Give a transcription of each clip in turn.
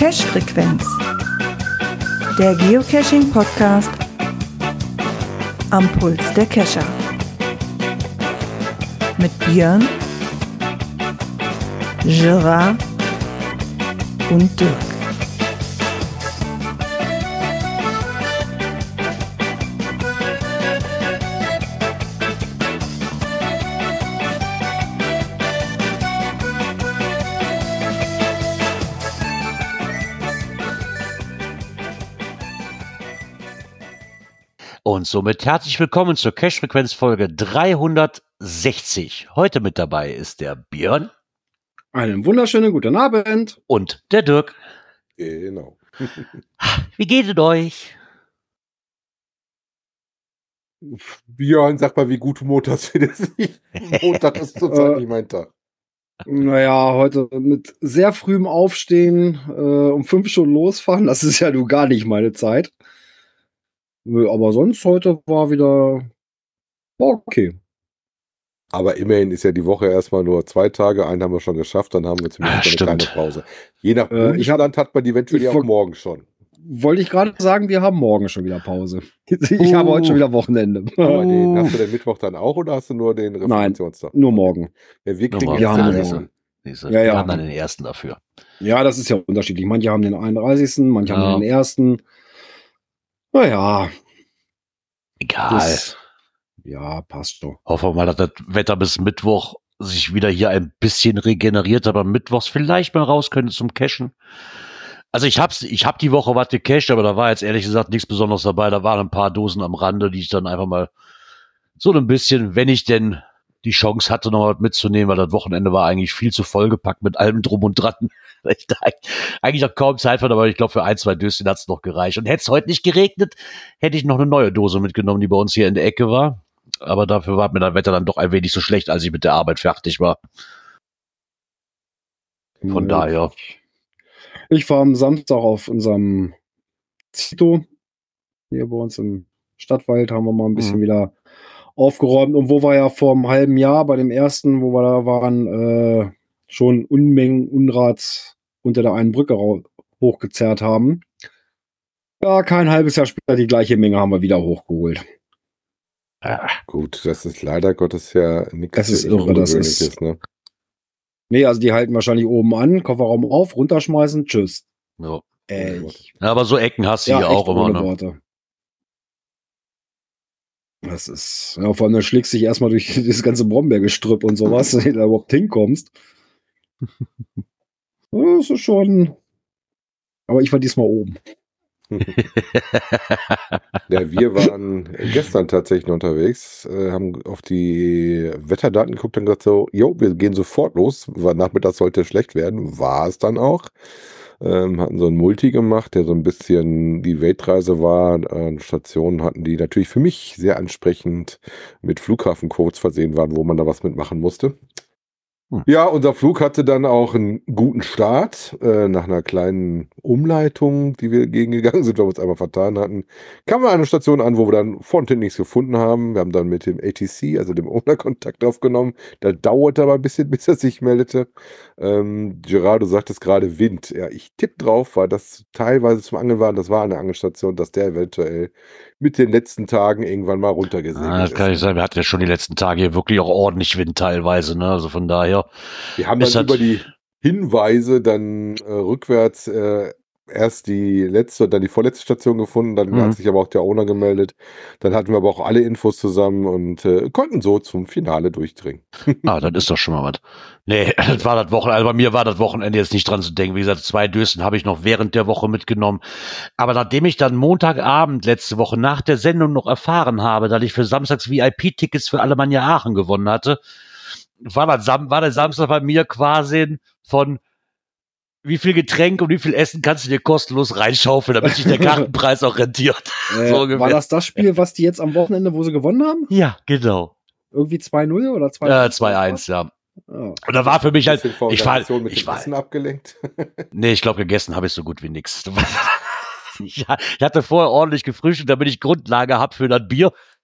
Cache-Frequenz, der Geocaching-Podcast am Puls der Cacher. Mit Björn, Gerard und Dirk. Und somit herzlich willkommen zur Cache-Frequenz-Folge 360. Heute mit dabei ist der Björn. Einen wunderschönen guten Abend. Und der Dirk. Genau. Wie geht es euch? Björn, sag mal, wie gut Montags findest du? Montag ist zurzeit nicht mein Tag. Naja, heute mit sehr frühem Aufstehen, um 5 schon losfahren, das ist ja nun gar nicht meine Zeit. Aber sonst heute war okay. Aber immerhin ist ja die Woche erstmal nur 2 Tage. Einen haben wir schon geschafft, dann haben wir zumindest eine kleine Pause. Je nach Bundesland hat man die eventuell auch morgen schon. Wollte ich gerade sagen, wir haben morgen schon wieder Pause. Ich habe heute schon wieder Wochenende. Aber hast du den Mittwoch dann auch oder hast du nur den Reformationstag? Nein, nur morgen. Ja, wir kriegen wir haben morgen. Wir haben dann den ersten dafür. Ja, das ist ja unterschiedlich. Manche haben den 31., manche haben den 1. Naja. Egal. Ja, passt schon. Hoffen wir mal, dass das Wetter bis Mittwoch sich wieder hier ein bisschen regeneriert, aber mittwochs vielleicht mal raus können zum Cachen. Also ich hab die Woche was gecached, aber da war jetzt ehrlich gesagt nichts Besonderes dabei. Da waren ein paar Dosen am Rande, die ich dann einfach mal so ein bisschen, wenn ich denn die Chance hatte, noch was mitzunehmen, weil das Wochenende war eigentlich viel zu vollgepackt mit allem drum und dran. Ich da eigentlich noch kaum Zeit hatte, aber ich glaube, für 1, 2 Döschen hat's noch gereicht. Und hätte es heute nicht geregnet, hätte ich noch eine neue Dose mitgenommen, die bei uns hier in der Ecke war. Aber dafür war mir das Wetter dann doch ein wenig so schlecht, als ich mit der Arbeit fertig war. Von daher. Ich war am Samstag auf unserem Zito. Hier bei uns im Stadtwald haben wir mal ein bisschen wieder aufgeräumt. Und wo wir ja vor einem halben Jahr bei dem ersten, wo wir da waren, schon Unmengen Unrat unter der einen Brücke hochgezerrt haben. Ja, kein halbes Jahr später die gleiche Menge haben wir wieder hochgeholt. Gut, das ist leider Gottes ja nichts. Das ist irre, das ist. Ne? Nee, also die halten wahrscheinlich oben an, Kofferraum auf, runterschmeißen, tschüss. Ja. Ja, aber so Ecken hast du hier auch immer. Ohne Worte. Das ist, ja, vor allem dann schlägst du dich erstmal durch das ganze Brombeergestrüpp und sowas, wenn du da überhaupt hinkommst. Das ist schon. Aber ich war diesmal oben. Ja, wir waren gestern tatsächlich unterwegs, haben auf die Wetterdaten geguckt und gesagt so, wir gehen sofort los, weil nachmittags sollte es schlecht werden, war es dann auch. Hatten so ein Multi gemacht, der so ein bisschen die Weltreise war. Stationen hatten, die natürlich für mich sehr ansprechend mit Flughafencodes versehen waren, wo man da was mitmachen musste. Ja, unser Flug hatte dann auch einen guten Start. Nach einer kleinen Umleitung, die wir gegengegangen sind, weil wir uns einmal vertan hatten, kamen wir an eine Station an, wo wir dann vorhin nichts gefunden haben. Wir haben dann mit dem ATC, also dem Owner, Kontakt aufgenommen. Da dauerte aber ein bisschen, bis er sich meldete. Gerard, du sagtest gerade Wind. Ja, ich tippe drauf, weil das teilweise zum Angeln war. Das war eine Angelstation, dass der eventuell mit den letzten Tagen irgendwann mal runtergesegelt ist. Das kann ich sagen. Wir hatten ja schon die letzten Tage hier wirklich auch ordentlich Wind teilweise. Ne? Also von daher. Wir haben dann über die Hinweise dann rückwärts erst die letzte und dann die vorletzte Station gefunden. Dann hat sich aber auch der Owner gemeldet. Dann hatten wir aber auch alle Infos zusammen und konnten so zum Finale durchdringen. Das ist doch schon mal was. Nee, das war das Wochenende. Also bei mir war das Wochenende jetzt nicht dran zu denken. Wie gesagt, 2 Dösen habe ich noch während der Woche mitgenommen. Aber nachdem ich dann Montagabend letzte Woche nach der Sendung noch erfahren habe, dass ich für samstags VIP-Tickets für Alemannia Aachen gewonnen hatte, war der Samstag bei mir quasi von wie viel Getränk und wie viel Essen kannst du dir kostenlos reinschaufeln, damit sich der Kartenpreis auch rentiert. So war das Spiel, was die jetzt am Wochenende, wo sie gewonnen haben? Ja, genau. Irgendwie 2-0 oder 2-1? 2-1, ja. Oh. Und da war für mich halt, ich war Essen abgelenkt. Nee, ich glaube, gegessen habe ich so gut wie nix. Ich hatte vorher ordentlich gefrühstückt, damit ich Grundlage habe für das Bier.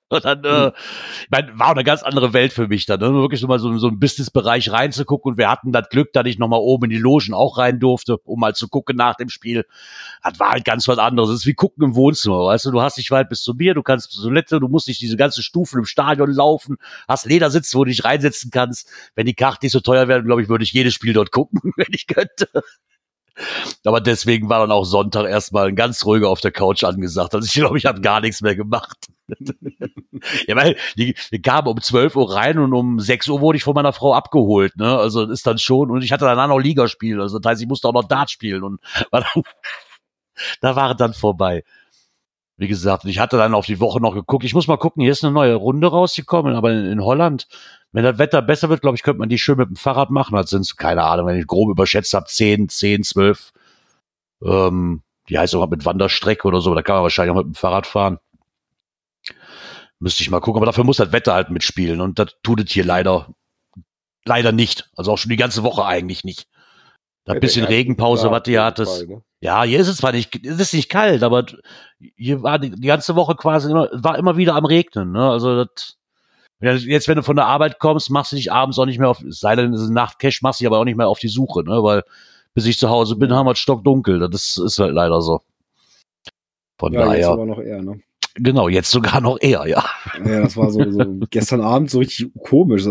Und dann, ich meine, war auch eine ganz andere Welt für mich dann, ne? Wirklich so mal so einen Business-Bereich reinzugucken und wir hatten das Glück, dass ich nochmal oben in die Logen auch rein durfte, um mal zu gucken nach dem Spiel. Das war halt ganz was anderes. Das ist wie gucken im Wohnzimmer, weißt du, du hast dich weit bis zu mir, du kannst zur Toilette, du musst nicht diese ganzen Stufen im Stadion laufen, hast Ledersitze, wo du dich reinsetzen kannst. Wenn die Karten nicht so teuer wären, glaube ich, würde ich jedes Spiel dort gucken, wenn ich könnte. Aber deswegen war dann auch Sonntag erstmal ein ganz ruhiger auf der Couch angesagt. Also ich glaube, ich habe gar nichts mehr gemacht. Ja, weil wir kamen um 12 Uhr rein und um 6 Uhr wurde ich von meiner Frau abgeholt. Ne? Also das ist dann schon, und ich hatte danach noch Ligaspiel. Also das heißt, ich musste auch noch Dart spielen und da war es dann vorbei. Wie gesagt, ich hatte dann auf die Woche noch geguckt. Ich muss mal gucken, hier ist eine neue Runde rausgekommen, aber in Holland, wenn das Wetter besser wird, glaube ich, könnte man die schön mit dem Fahrrad machen. Das sind, keine Ahnung, wenn ich grob überschätzt habe, 10, 12. Die heißt auch mit Wanderstrecke oder so. Da kann man wahrscheinlich auch mit dem Fahrrad fahren. Müsste ich mal gucken. Aber dafür muss das Wetter halt mitspielen. Und das tut es hier leider nicht. Also auch schon die ganze Woche eigentlich nicht. Da bisschen Regenpause, was du hier hattest. Ne? Ja, hier ist es zwar nicht, es ist nicht kalt, aber hier war die ganze Woche quasi immer wieder am Regnen. Ne? Also das, jetzt, wenn du von der Arbeit kommst, machst du dich abends auch nicht mehr es sei denn, es ist ein Nachtcash, machst du dich aber auch nicht mehr auf die Suche, ne? Weil bis ich zu Hause bin, haben wir es stockdunkel. Das ist halt leider so. Von daher. Jetzt sogar noch eher, ne? Genau, jetzt sogar noch eher, ja. Ja, das war so gestern Abend so richtig komisch.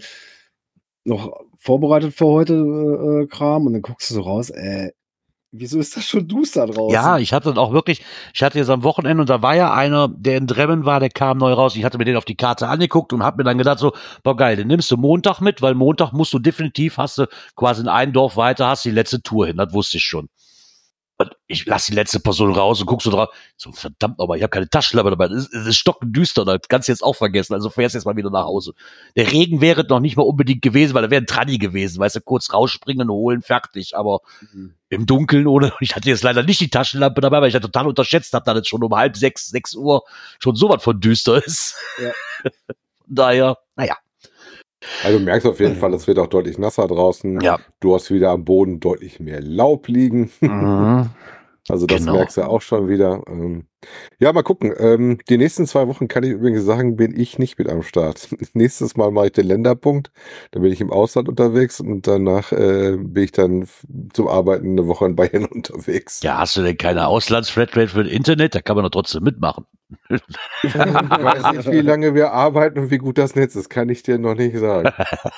Noch vorbereitet für heute Kram und dann guckst du so raus, wieso ist das schon duster draußen? Ja, ich hatte jetzt am Wochenende und da war ja einer, der in Drebben war, der kam neu raus. Ich hatte mir den auf die Karte angeguckt und hab mir dann gedacht so, boah geil, den nimmst du Montag mit, weil Montag musst du definitiv, hast du quasi in ein Dorf weiter, hast die letzte Tour hin, das wusste ich schon. Und ich lasse die letzte Person raus und guck so drauf. So, verdammt nochmal, ich habe keine Taschenlampe dabei. Es ist stockendüster, das kannst du jetzt auch vergessen. Also fährst jetzt mal wieder nach Hause. Der Regen wäre noch nicht mal unbedingt gewesen, weil da wäre ein Tranny gewesen. Weißt du, kurz rausspringen, holen, fertig. Aber im Dunkeln ich hatte jetzt leider nicht die Taschenlampe dabei, weil ich ja total unterschätzt habe, dass es schon um 5:30, 6 Uhr schon so was von düster ist. Ja. Daher, naja. Also du merkst auf jeden Fall, es wird auch deutlich nasser draußen. Ja. Du hast wieder am Boden deutlich mehr Laub liegen. Mhm. Also das merkst du auch schon wieder. Ja, mal gucken. Die nächsten 2 Wochen kann ich übrigens sagen, bin ich nicht mit am Start. Nächstes Mal mache ich den Länderpunkt. Dann bin ich im Ausland unterwegs und danach bin ich dann zum Arbeiten eine Woche in Bayern unterwegs. Ja, hast du denn keine Auslandsflatrate für das Internet? Da kann man doch trotzdem mitmachen. Ich weiß nicht, wie lange wir arbeiten und wie gut das Netz ist, kann ich dir noch nicht sagen.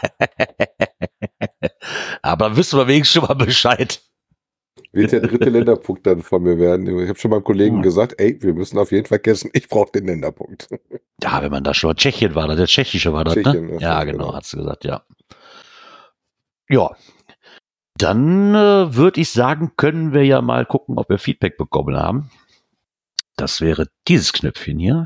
Aber wissen wir wenigstens schon mal Bescheid. Wird der 3. Länderpunkt dann von mir werden. Ich habe schon meinem Kollegen gesagt, ey, wir müssen auf jeden Fall cashen, ich brauche den Länderpunkt. Ja, wenn man da schon Tschechien war, der tschechische war das, Tschechien, ne? Ja, genau, hat sie gesagt, ja. Ja, dann würde ich sagen, können wir ja mal gucken, ob wir Feedback bekommen haben. Das wäre dieses Knöpfchen hier.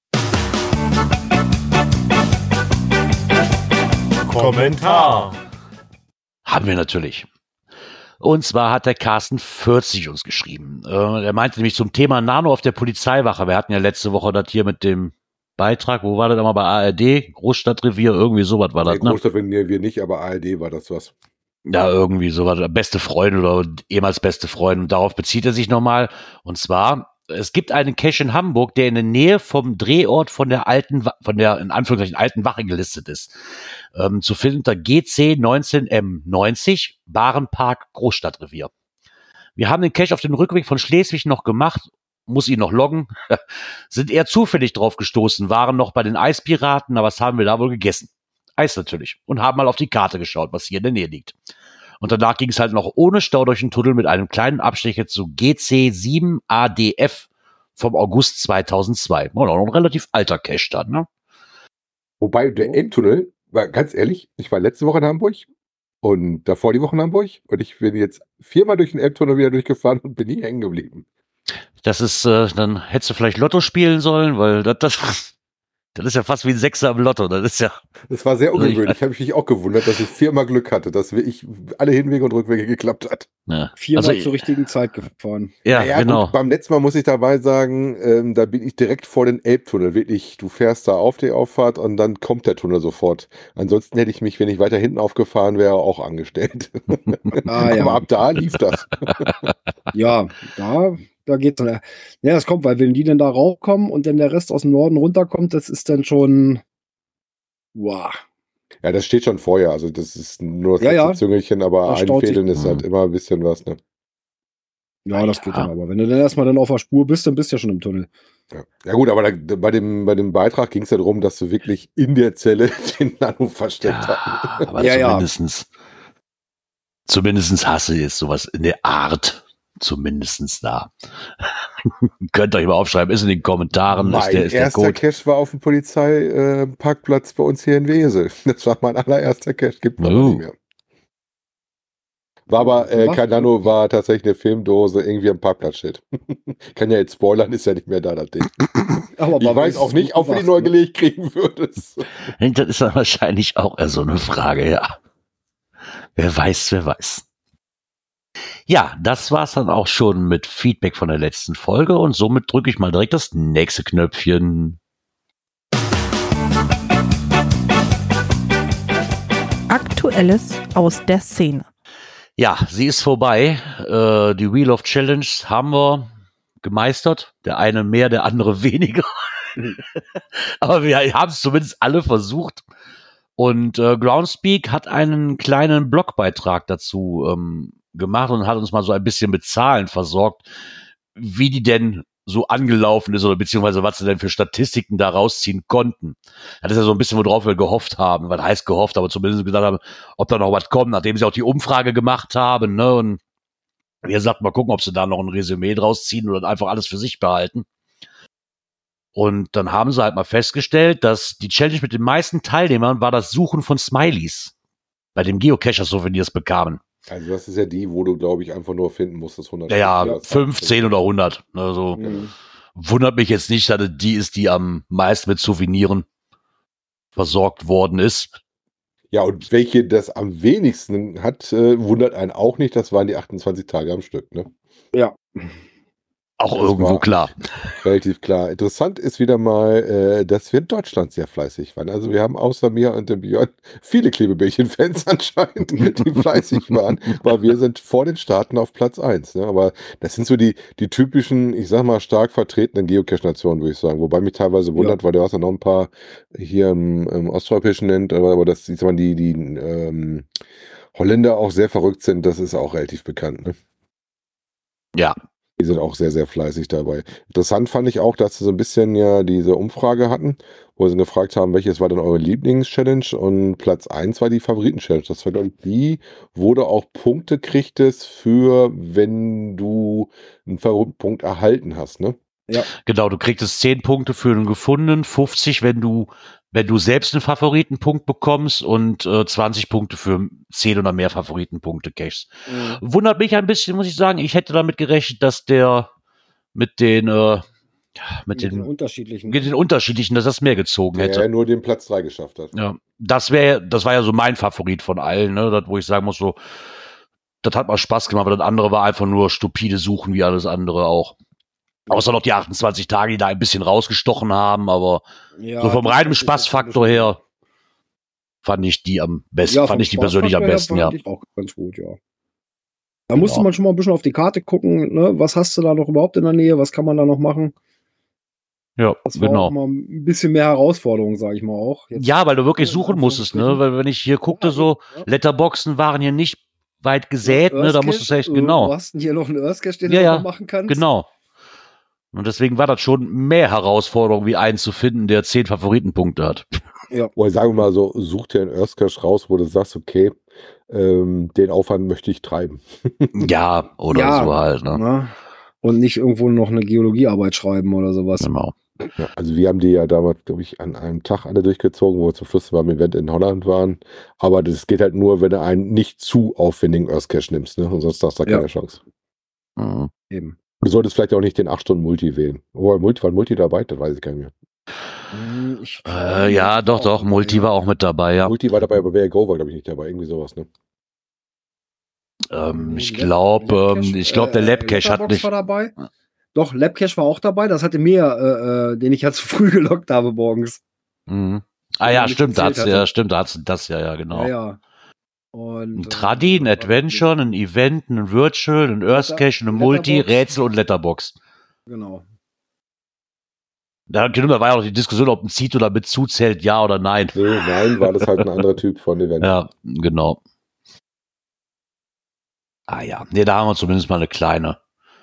Kommentar. Haben wir natürlich. Und zwar hat der Carsten 40 uns geschrieben. Er meinte nämlich zum Thema Nano auf der Polizeiwache. Wir hatten ja letzte Woche das hier mit dem Beitrag. Wo war das mal bei ARD? Großstadtrevier, irgendwie sowas war das, ne? Großstadtrevier nicht, aber ARD war das was. Ja, irgendwie sowas. Beste Freunde oder ehemals beste Freunde. Und darauf bezieht er sich nochmal. Und zwar, es gibt einen Cache in Hamburg, der in der Nähe vom Drehort von der in Anführungszeichen alten Wache gelistet ist. Zu finden unter GC 19M90, Barenpark, Großstadtrevier. Wir haben den Cache auf dem Rückweg von Schleswig noch gemacht, muss ihn noch loggen, sind eher zufällig drauf gestoßen, waren noch bei den Eispiraten, aber was haben wir da wohl gegessen? Eis natürlich. Und haben mal auf die Karte geschaut, was hier in der Nähe liegt. Und danach ging es halt noch ohne Stau durch den Tunnel mit einem kleinen Abstecher zu GC7 ADF vom August 2002. Auch noch ein relativ alter Cache dann, ne? Wobei der Endtunnel, war ganz ehrlich, ich war letzte Woche in Hamburg und davor die Woche in Hamburg und ich bin jetzt 4-mal durch den Elbtunnel wieder durchgefahren und bin nie hängen geblieben. Das ist, dann hättest du vielleicht Lotto spielen sollen, weil das ist ja fast wie ein Sechser im Lotto. Das war sehr ungewöhnlich. Ich habe mich auch gewundert, dass ich 4-mal Glück hatte, dass wirklich alle Hinwege und Rückwege geklappt hat. Ja. 4-mal zur richtigen Zeit gefahren. Ja, genau. Gut, beim letzten Mal muss ich dabei sagen, da bin ich direkt vor den Elbtunnel. Wirklich, du fährst da auf die Auffahrt und dann kommt der Tunnel sofort. Ansonsten hätte ich mich, wenn ich weiter hinten aufgefahren wäre, auch angestellt. Ja. Aber ab da lief das. Ja, da da geht's dann. Ja, das kommt, weil wenn die dann da raufkommen und dann der Rest aus dem Norden runterkommt, das ist dann schon, wow. Ja, das steht schon vorher. Also das ist nur das Ja, letzte ja. Züngelchen, aber Da staut sich- einfädeln ist halt immer ein bisschen was, ne? Ja, das geht dann aber. Wenn du dann erstmal dann auf der Spur bist, dann bist du ja schon im Tunnel. Ja, ja gut, aber bei dem Beitrag ging es ja darum, dass du wirklich in der Zelle den Nano versteckt hast. Aber Ja, zumindest hast du jetzt sowas in der Art. Zumindest da. Könnt ihr euch mal aufschreiben, ist in den Kommentaren. Mein ist der erster Code. Cache war auf dem Polizeiparkplatz bei uns hier in Wesel. Das war mein allererster Cache, gibt es aber nicht mehr. War aber, kein Nano, war tatsächlich eine Filmdose irgendwie am Parkplatz steht. Kann ja jetzt spoilern, ist ja nicht mehr da, das Ding. Aber Ich weiß auch nicht, ob du die neu gelegt kriegen würdest. Das ist dann wahrscheinlich auch eher so eine Frage, ja. Wer weiß, wer weiß. Ja, das war's dann auch schon mit Feedback von der letzten Folge und somit drücke ich mal direkt das nächste Knöpfchen. Aktuelles aus der Szene. Ja, sie ist vorbei. Die Wheel of Challenge haben wir gemeistert. Der eine mehr, der andere weniger. Aber wir haben es zumindest alle versucht. Und Groundspeak hat einen kleinen Blogbeitrag dazu gemacht und hat uns mal so ein bisschen mit Zahlen versorgt, wie die denn so angelaufen ist oder beziehungsweise was sie denn für Statistiken da rausziehen konnten. Das ist ja so ein bisschen, worauf wir gehofft haben. Was heißt gehofft, aber zumindest gesagt haben, ob da noch was kommt, nachdem sie auch die Umfrage gemacht haben, ne? Und wie gesagt, mal gucken, ob sie da noch ein Resümee draus ziehen oder einfach alles für sich behalten. Und dann haben sie halt mal festgestellt, dass die Challenge mit den meisten Teilnehmern war das Suchen von Smileys, bei dem Geocacher-Souvenirs bekamen. Also das ist ja die, wo du, glaube ich, einfach nur finden musstest. 100 Ja, 15 oder 100. Also wundert mich jetzt nicht, dass es die ist, die am meisten mit Souveniren versorgt worden ist. Ja, und welche das am wenigsten hat, wundert einen auch nicht. Das waren die 28 Tage am Stück, ne? Ja. Auch Das irgendwo war klar. Relativ klar. Interessant ist wieder mal, dass wir in Deutschland sehr fleißig waren. Also wir haben außer mir und dem Björn viele Klebebärchen-Fans anscheinend, die fleißig waren, weil wir sind vor den Staaten auf Platz 1. Ne? Aber das sind so die typischen, ich sag mal, stark vertretenen Geocache-Nationen, würde ich sagen. Wobei mich teilweise wundert, weil du hast ja noch ein paar hier im osteuropäischen Land, aber das ist mal die Holländer auch sehr verrückt sind, das ist auch relativ bekannt. Ne? Ja. Die sind auch sehr, sehr fleißig dabei. Interessant fand ich auch, dass sie so ein bisschen ja diese Umfrage hatten, wo sie gefragt haben, welches war denn eure Lieblings-Challenge, und Platz 1 war die Favoriten-Challenge. Das war, glaube ich, die, wo du auch Punkte kriegtest für, wenn du einen Favoritenpunkt erhalten hast, ne? Ja. Genau, du kriegst 10 Punkte für einen gefundenen, 50, wenn du selbst einen Favoritenpunkt bekommst und 20 Punkte für 10 oder mehr Favoritenpunkte cashst. Wundert mich ein bisschen, muss ich sagen. Ich hätte damit gerechnet, dass der mit den unterschiedlichen, dass das mehr gezogen hätte. Der nur den Platz 3 geschafft hat. Ja, das war ja so mein Favorit von allen, ne? Das, wo ich sagen muss, so, das hat mal Spaß gemacht, aber das andere war einfach nur stupide Suchen, wie alles andere auch. Außer noch die 28 Tage, die da ein bisschen rausgestochen haben, aber so vom reinen Spaßfaktor her fand ich die am besten, fand ich die persönlich am besten, ja. Fand ich auch ganz gut, ja. Da musste man schon mal ein bisschen auf die Karte gucken, ne? Was hast du da noch überhaupt in der Nähe, was kann man da noch machen? Ja, das war auch mal ein bisschen mehr Herausforderung, sage ich mal auch. Jetzt ja, weil du wirklich suchen musstest, ne? Weil wenn ich hier guckte, so Letterboxen waren hier nicht weit gesät, ne? Da musstest du echt, genau. Du hast hier noch einen Earthcache, den du noch machen kannst. Genau. Und deswegen war das schon mehr Herausforderung, wie einen zu finden, der 10 Favoritenpunkte hat. Ja. Oder sagen wir mal so, such dir einen Earthcache raus, wo du sagst, okay, den Aufwand möchte ich treiben. Ja, oder so halt. Ne? Na? Und nicht irgendwo noch eine Geologiearbeit schreiben oder sowas. Genau. Ja, also wir haben die ja damals, glaube ich, an einem Tag alle durchgezogen, wo wir zum Schluss beim Event in Holland waren. Aber das geht halt nur, wenn du einen nicht zu aufwendigen Earthcache nimmst, ne? Und sonst hast du da keine Chance. Mhm. Eben. Du solltest vielleicht auch nicht den 8-Stunden-Multi wählen. War Multi dabei? Das weiß ich gar nicht mehr. Ja, doch, Multi war auch mit dabei, ja. Multi war dabei, aber Where Go war, glaube ich, nicht dabei. Irgendwie sowas, ne? Ich glaube, der Labcache hat nicht. War dabei. Doch, Labcache war auch dabei. Das hatte mir, den ich ja zu früh gelockt habe morgens. Mhm. Ah ja, stimmt, da hat's ja, genau. Ja. Und, Ein Tradi, ein Adventure, ein Event, ein Virtual, ein Earth Cache, ein Multi, Letterbox. Rätsel und Letterbox. Genau. Da war ja auch die Diskussion, ob ein Zito damit zuzählt, ja oder nein. Nee, nein, war das halt ein anderer Typ von Event. Ja, genau. Ah ja, nee, da haben wir zumindest mal eine kleine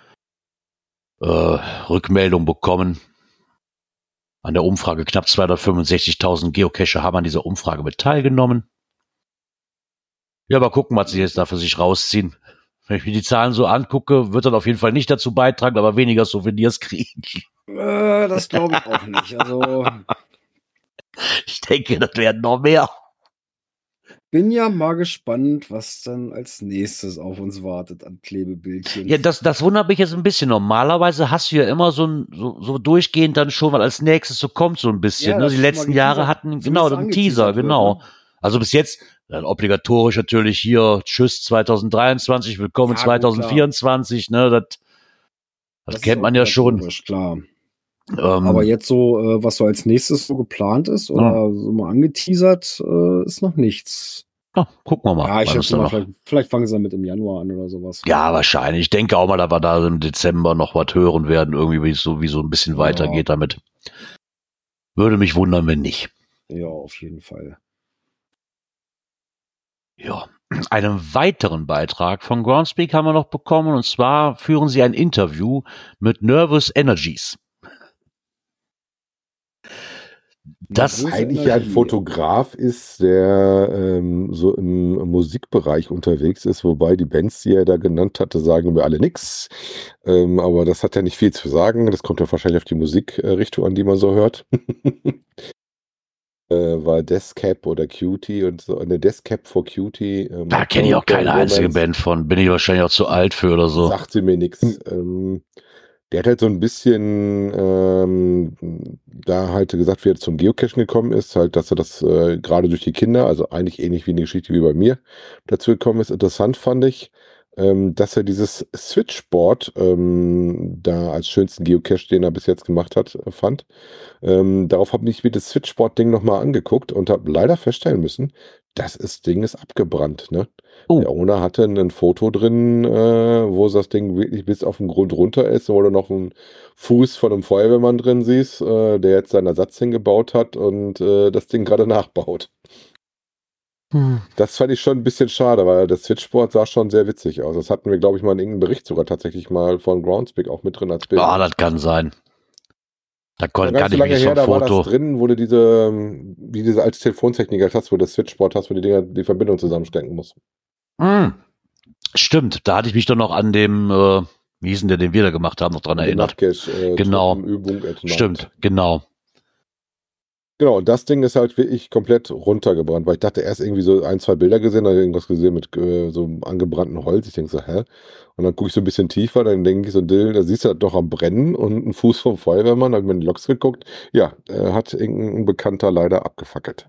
Rückmeldung bekommen. An der Umfrage knapp 265.000 Geocacher haben an dieser Umfrage mit teilgenommen. Ja, aber gucken, was sie jetzt da für sich rausziehen. Wenn ich mir die Zahlen so angucke, wird das auf jeden Fall nicht dazu beitragen, aber weniger Souvenirs kriegen. Das glaube ich auch nicht. Also Ich denke, das werden noch mehr. bin ja mal gespannt, was dann als nächstes auf uns wartet an Klebebildchen. Ja, das wundert mich jetzt ein bisschen. Normalerweise hast du ja immer so durchgehend dann schon, weil als nächstes so kommt so ein bisschen. Ja, Ne? das Die schon letzten mal Jahre geteasert- hatten, zumindest genau, einen Teaser, angeteasert wird, genau. ne? Also bis jetzt, dann obligatorisch natürlich hier, tschüss 2023, willkommen Ja, gut, 2024, ne, das ist kennt man ja schon. obligatorisch, klar. Aber jetzt so, was so als nächstes so geplant ist oder so mal angeteasert, ist noch nichts. Ja, gucken wir mal. Ja, ich wann es schätze dann mal, noch- vielleicht fangen sie damit im Januar an oder sowas. Ja, wahrscheinlich. Ich denke auch mal, dass wir da im Dezember noch was hören werden, irgendwie, wie es so ein bisschen Ja. weitergeht damit. Würde mich wundern, wenn nicht. Ja, auf jeden Fall. Ja. Einen weiteren Beitrag von Groundspeak haben wir noch bekommen, und zwar führen sie ein Interview mit Nervous Energies. Das Nervöse Eigentlich ja ein Energie. Fotograf ist, der so im Musikbereich unterwegs ist, wobei die Bands, die er da genannt hatte, sagen wir alle nix. Aber das hat ja nicht viel zu sagen. Das kommt ja wahrscheinlich auf die Musikrichtung an, die man so hört. War Deathcap oder Cutie und so. Eine Deathcap for Cutie. Da kenne ich auch keine einzige Romance. Band von. Bin ich wahrscheinlich auch zu alt für oder so. Sagt sie mir nichts. Der hat halt so ein bisschen da halt gesagt, wie er zum Geocachen gekommen ist, halt, dass er das gerade durch die Kinder, also eigentlich ähnlich wie eine Geschichte wie bei mir, dazu gekommen ist. Interessant fand ich, dass er dieses Switchboard da als schönsten Geocache, den er bis jetzt gemacht hat, fand. Darauf habe ich mir das Switchboard-Ding nochmal angeguckt und habe leider feststellen müssen, das Ding ist abgebrannt, ne? Oh. Der Owner hatte ein Foto drin, wo das Ding wirklich bis auf den Grund runter ist, wo du noch einen Fuß von einem Feuerwehrmann drin siehst, der jetzt seinen Ersatz hingebaut hat und das Ding gerade nachbaut. Das fand ich schon ein bisschen schade, weil das Switchboard sah schon sehr witzig aus. Das hatten wir, glaube ich, mal in irgendeinem Bericht sogar tatsächlich mal von Groundspeak auch mit drin als Bild. Ah, das kann sein. Da War kann ganz so ich lange mich so her, ein da war das Foto. drin, wo du wie diese alte Telefontechnik halt hast, wo du das Switchboard hast, wo die Dinger die Verbindung zusammenstecken musst. Stimmt, da hatte ich mich doch noch an dem, wie hieß denn der, den wir da gemacht haben, noch dran erinnert. Genau. Stimmt, genau. Genau, und das Ding ist halt wirklich komplett runtergebrannt, weil ich dachte erst irgendwie so 1, 2 Bilder gesehen, habe irgendwas gesehen mit so angebrannten Holz. Ich denke so, hä? Und dann gucke ich so ein bisschen tiefer, dann denke ich so, da siehst du das doch am Brennen und ein Fuß vom Feuerwehrmann, da habe ich mir in die Logs geguckt. Ja, hat irgendein Bekannter leider abgefackelt.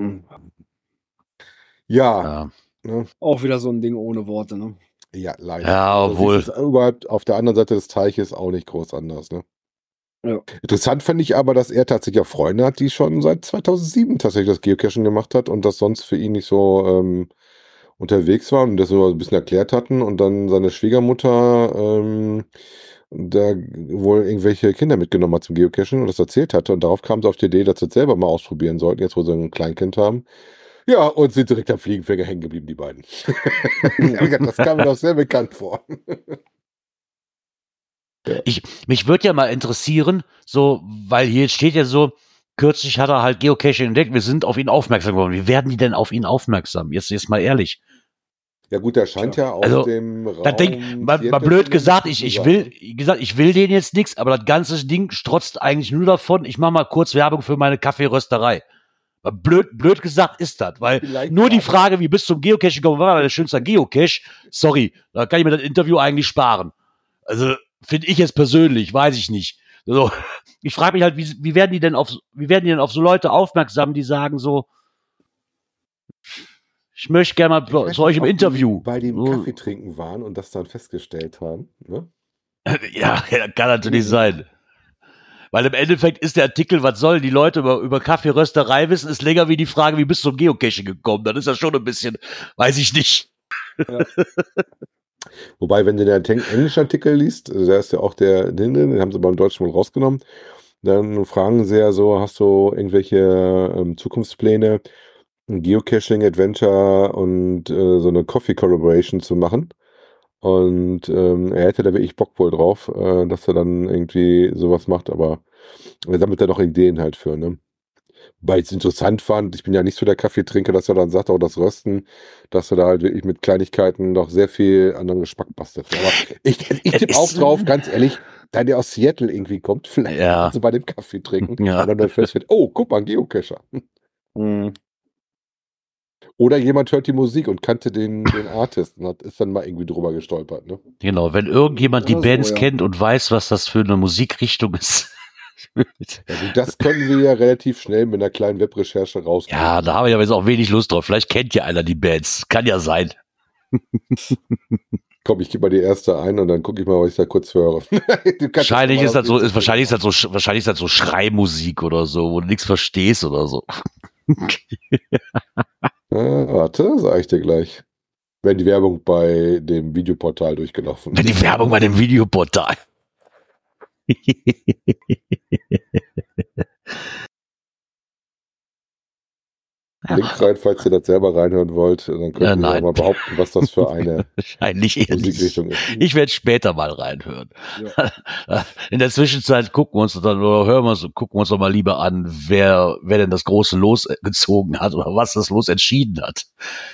Ja, Ja, ne? Auch wieder so ein Ding ohne Worte, ne? Ja, leider. Ja, Also, obwohl- siehst du es überhaupt auf der anderen Seite des Teiches auch nicht groß anders, ne? Ja. Interessant finde ich aber, dass er tatsächlich auch Freunde hat, die schon seit 2007 tatsächlich das Geocaching gemacht hat und das sonst für ihn nicht so unterwegs waren und das so ein bisschen erklärt hatten und dann seine Schwiegermutter da wohl irgendwelche Kinder mitgenommen hat zum Geocaching und das erzählt hatte und darauf kam sie auf die Idee, dass sie es selber mal ausprobieren sollten, jetzt wo sie ein Kleinkind haben. Ja, und sind direkt am Fliegenfänger hängen geblieben, die beiden. Das kam mir doch sehr bekannt vor. Mich würde ja mal interessieren, so, weil hier steht ja so, kürzlich hat er halt Geocaching entdeckt, wir sind auf ihn aufmerksam geworden. Wie werden die denn auf ihn aufmerksam? Jetzt mal ehrlich. Ja gut, der scheint ja aus Also, dem Raum... Da mal Seattle blöd gesagt, zumindest ich zu will denen jetzt nichts, aber das ganze Ding strotzt eigentlich nur davon, ich mache mal kurz Werbung für meine Kaffeerösterei. Blöd gesagt ist das, weil Vielleicht nur die ja. Frage, wie bist du zum Geocache gekommen, war der schönste Geocache? Sorry, da kann ich mir das Interview eigentlich sparen. Also, finde ich jetzt persönlich, weiß ich nicht. Also, ich frage mich halt, wie werden die denn auf so Leute aufmerksam, die sagen so, ich möchte gerne mal Ich weiß zu euch im nicht, ob die Interview. bei dem So. Kaffee trinken waren und das dann festgestellt haben. Ne? Ja, kann natürlich sein. Weil im Endeffekt ist der Artikel, was sollen die Leute über Kaffeerösterei wissen, ist länger wie die Frage, wie bist du zum Geocaching gekommen? Dann ist das schon ein bisschen, weiß ich nicht. Ja. Wobei, wenn du den englischen Artikel liest, da ist ja auch den haben sie beim Deutschen wohl rausgenommen, dann fragen sie ja so, hast du irgendwelche Zukunftspläne, ein Geocaching, Adventure und so eine Coffee Collaboration zu machen? Und er hätte da wirklich Bock wohl drauf, dass er dann irgendwie sowas macht, aber er sammelt da noch Ideen halt für, ne? Weil ich es interessant fand, ich bin ja nicht so der Kaffeetrinker, dass er dann sagt, auch das Rösten, dass er da halt wirklich mit Kleinigkeiten noch sehr viel anderen Geschmack bastelt. Aber ich tippe auch drauf, ganz ehrlich, da der aus Seattle irgendwie kommt, vielleicht kannst du bei dem Kaffee trinken Ja. und dann feststellt, oh, guck mal, ein Geocacher. Mhm. Oder jemand hört die Musik und kannte den Artist und ist dann mal irgendwie drüber gestolpert, ne? Genau, wenn irgendjemand die Oder so, Bands ja. kennt und weiß, was das für eine Musikrichtung ist. Also das können wir ja relativ schnell mit einer kleinen Webrecherche rauskommen. Ja, da habe ich aber jetzt auch wenig Lust drauf. Vielleicht kennt ja einer die Bands. Kann ja sein. Komm, ich gebe mal die erste ein und dann gucke ich mal, was ich da kurz höre. Wahrscheinlich ist das so Schreimusik oder so, wo du nichts verstehst oder so. Warte, sag ich dir gleich. Wenn die Werbung bei dem Videoportal durchgelaufen. Wenn die Werbung bei dem Videoportal. Link rein, falls ihr das selber reinhören wollt. Dann könnt ihr nein. mal behaupten, was das für eine Wahrscheinlich eher nicht. Musikrichtung ist. Ich werde später mal reinhören. Ja. In der Zwischenzeit gucken wir uns doch mal lieber an, wer denn das große Los gezogen hat oder was das Los entschieden hat.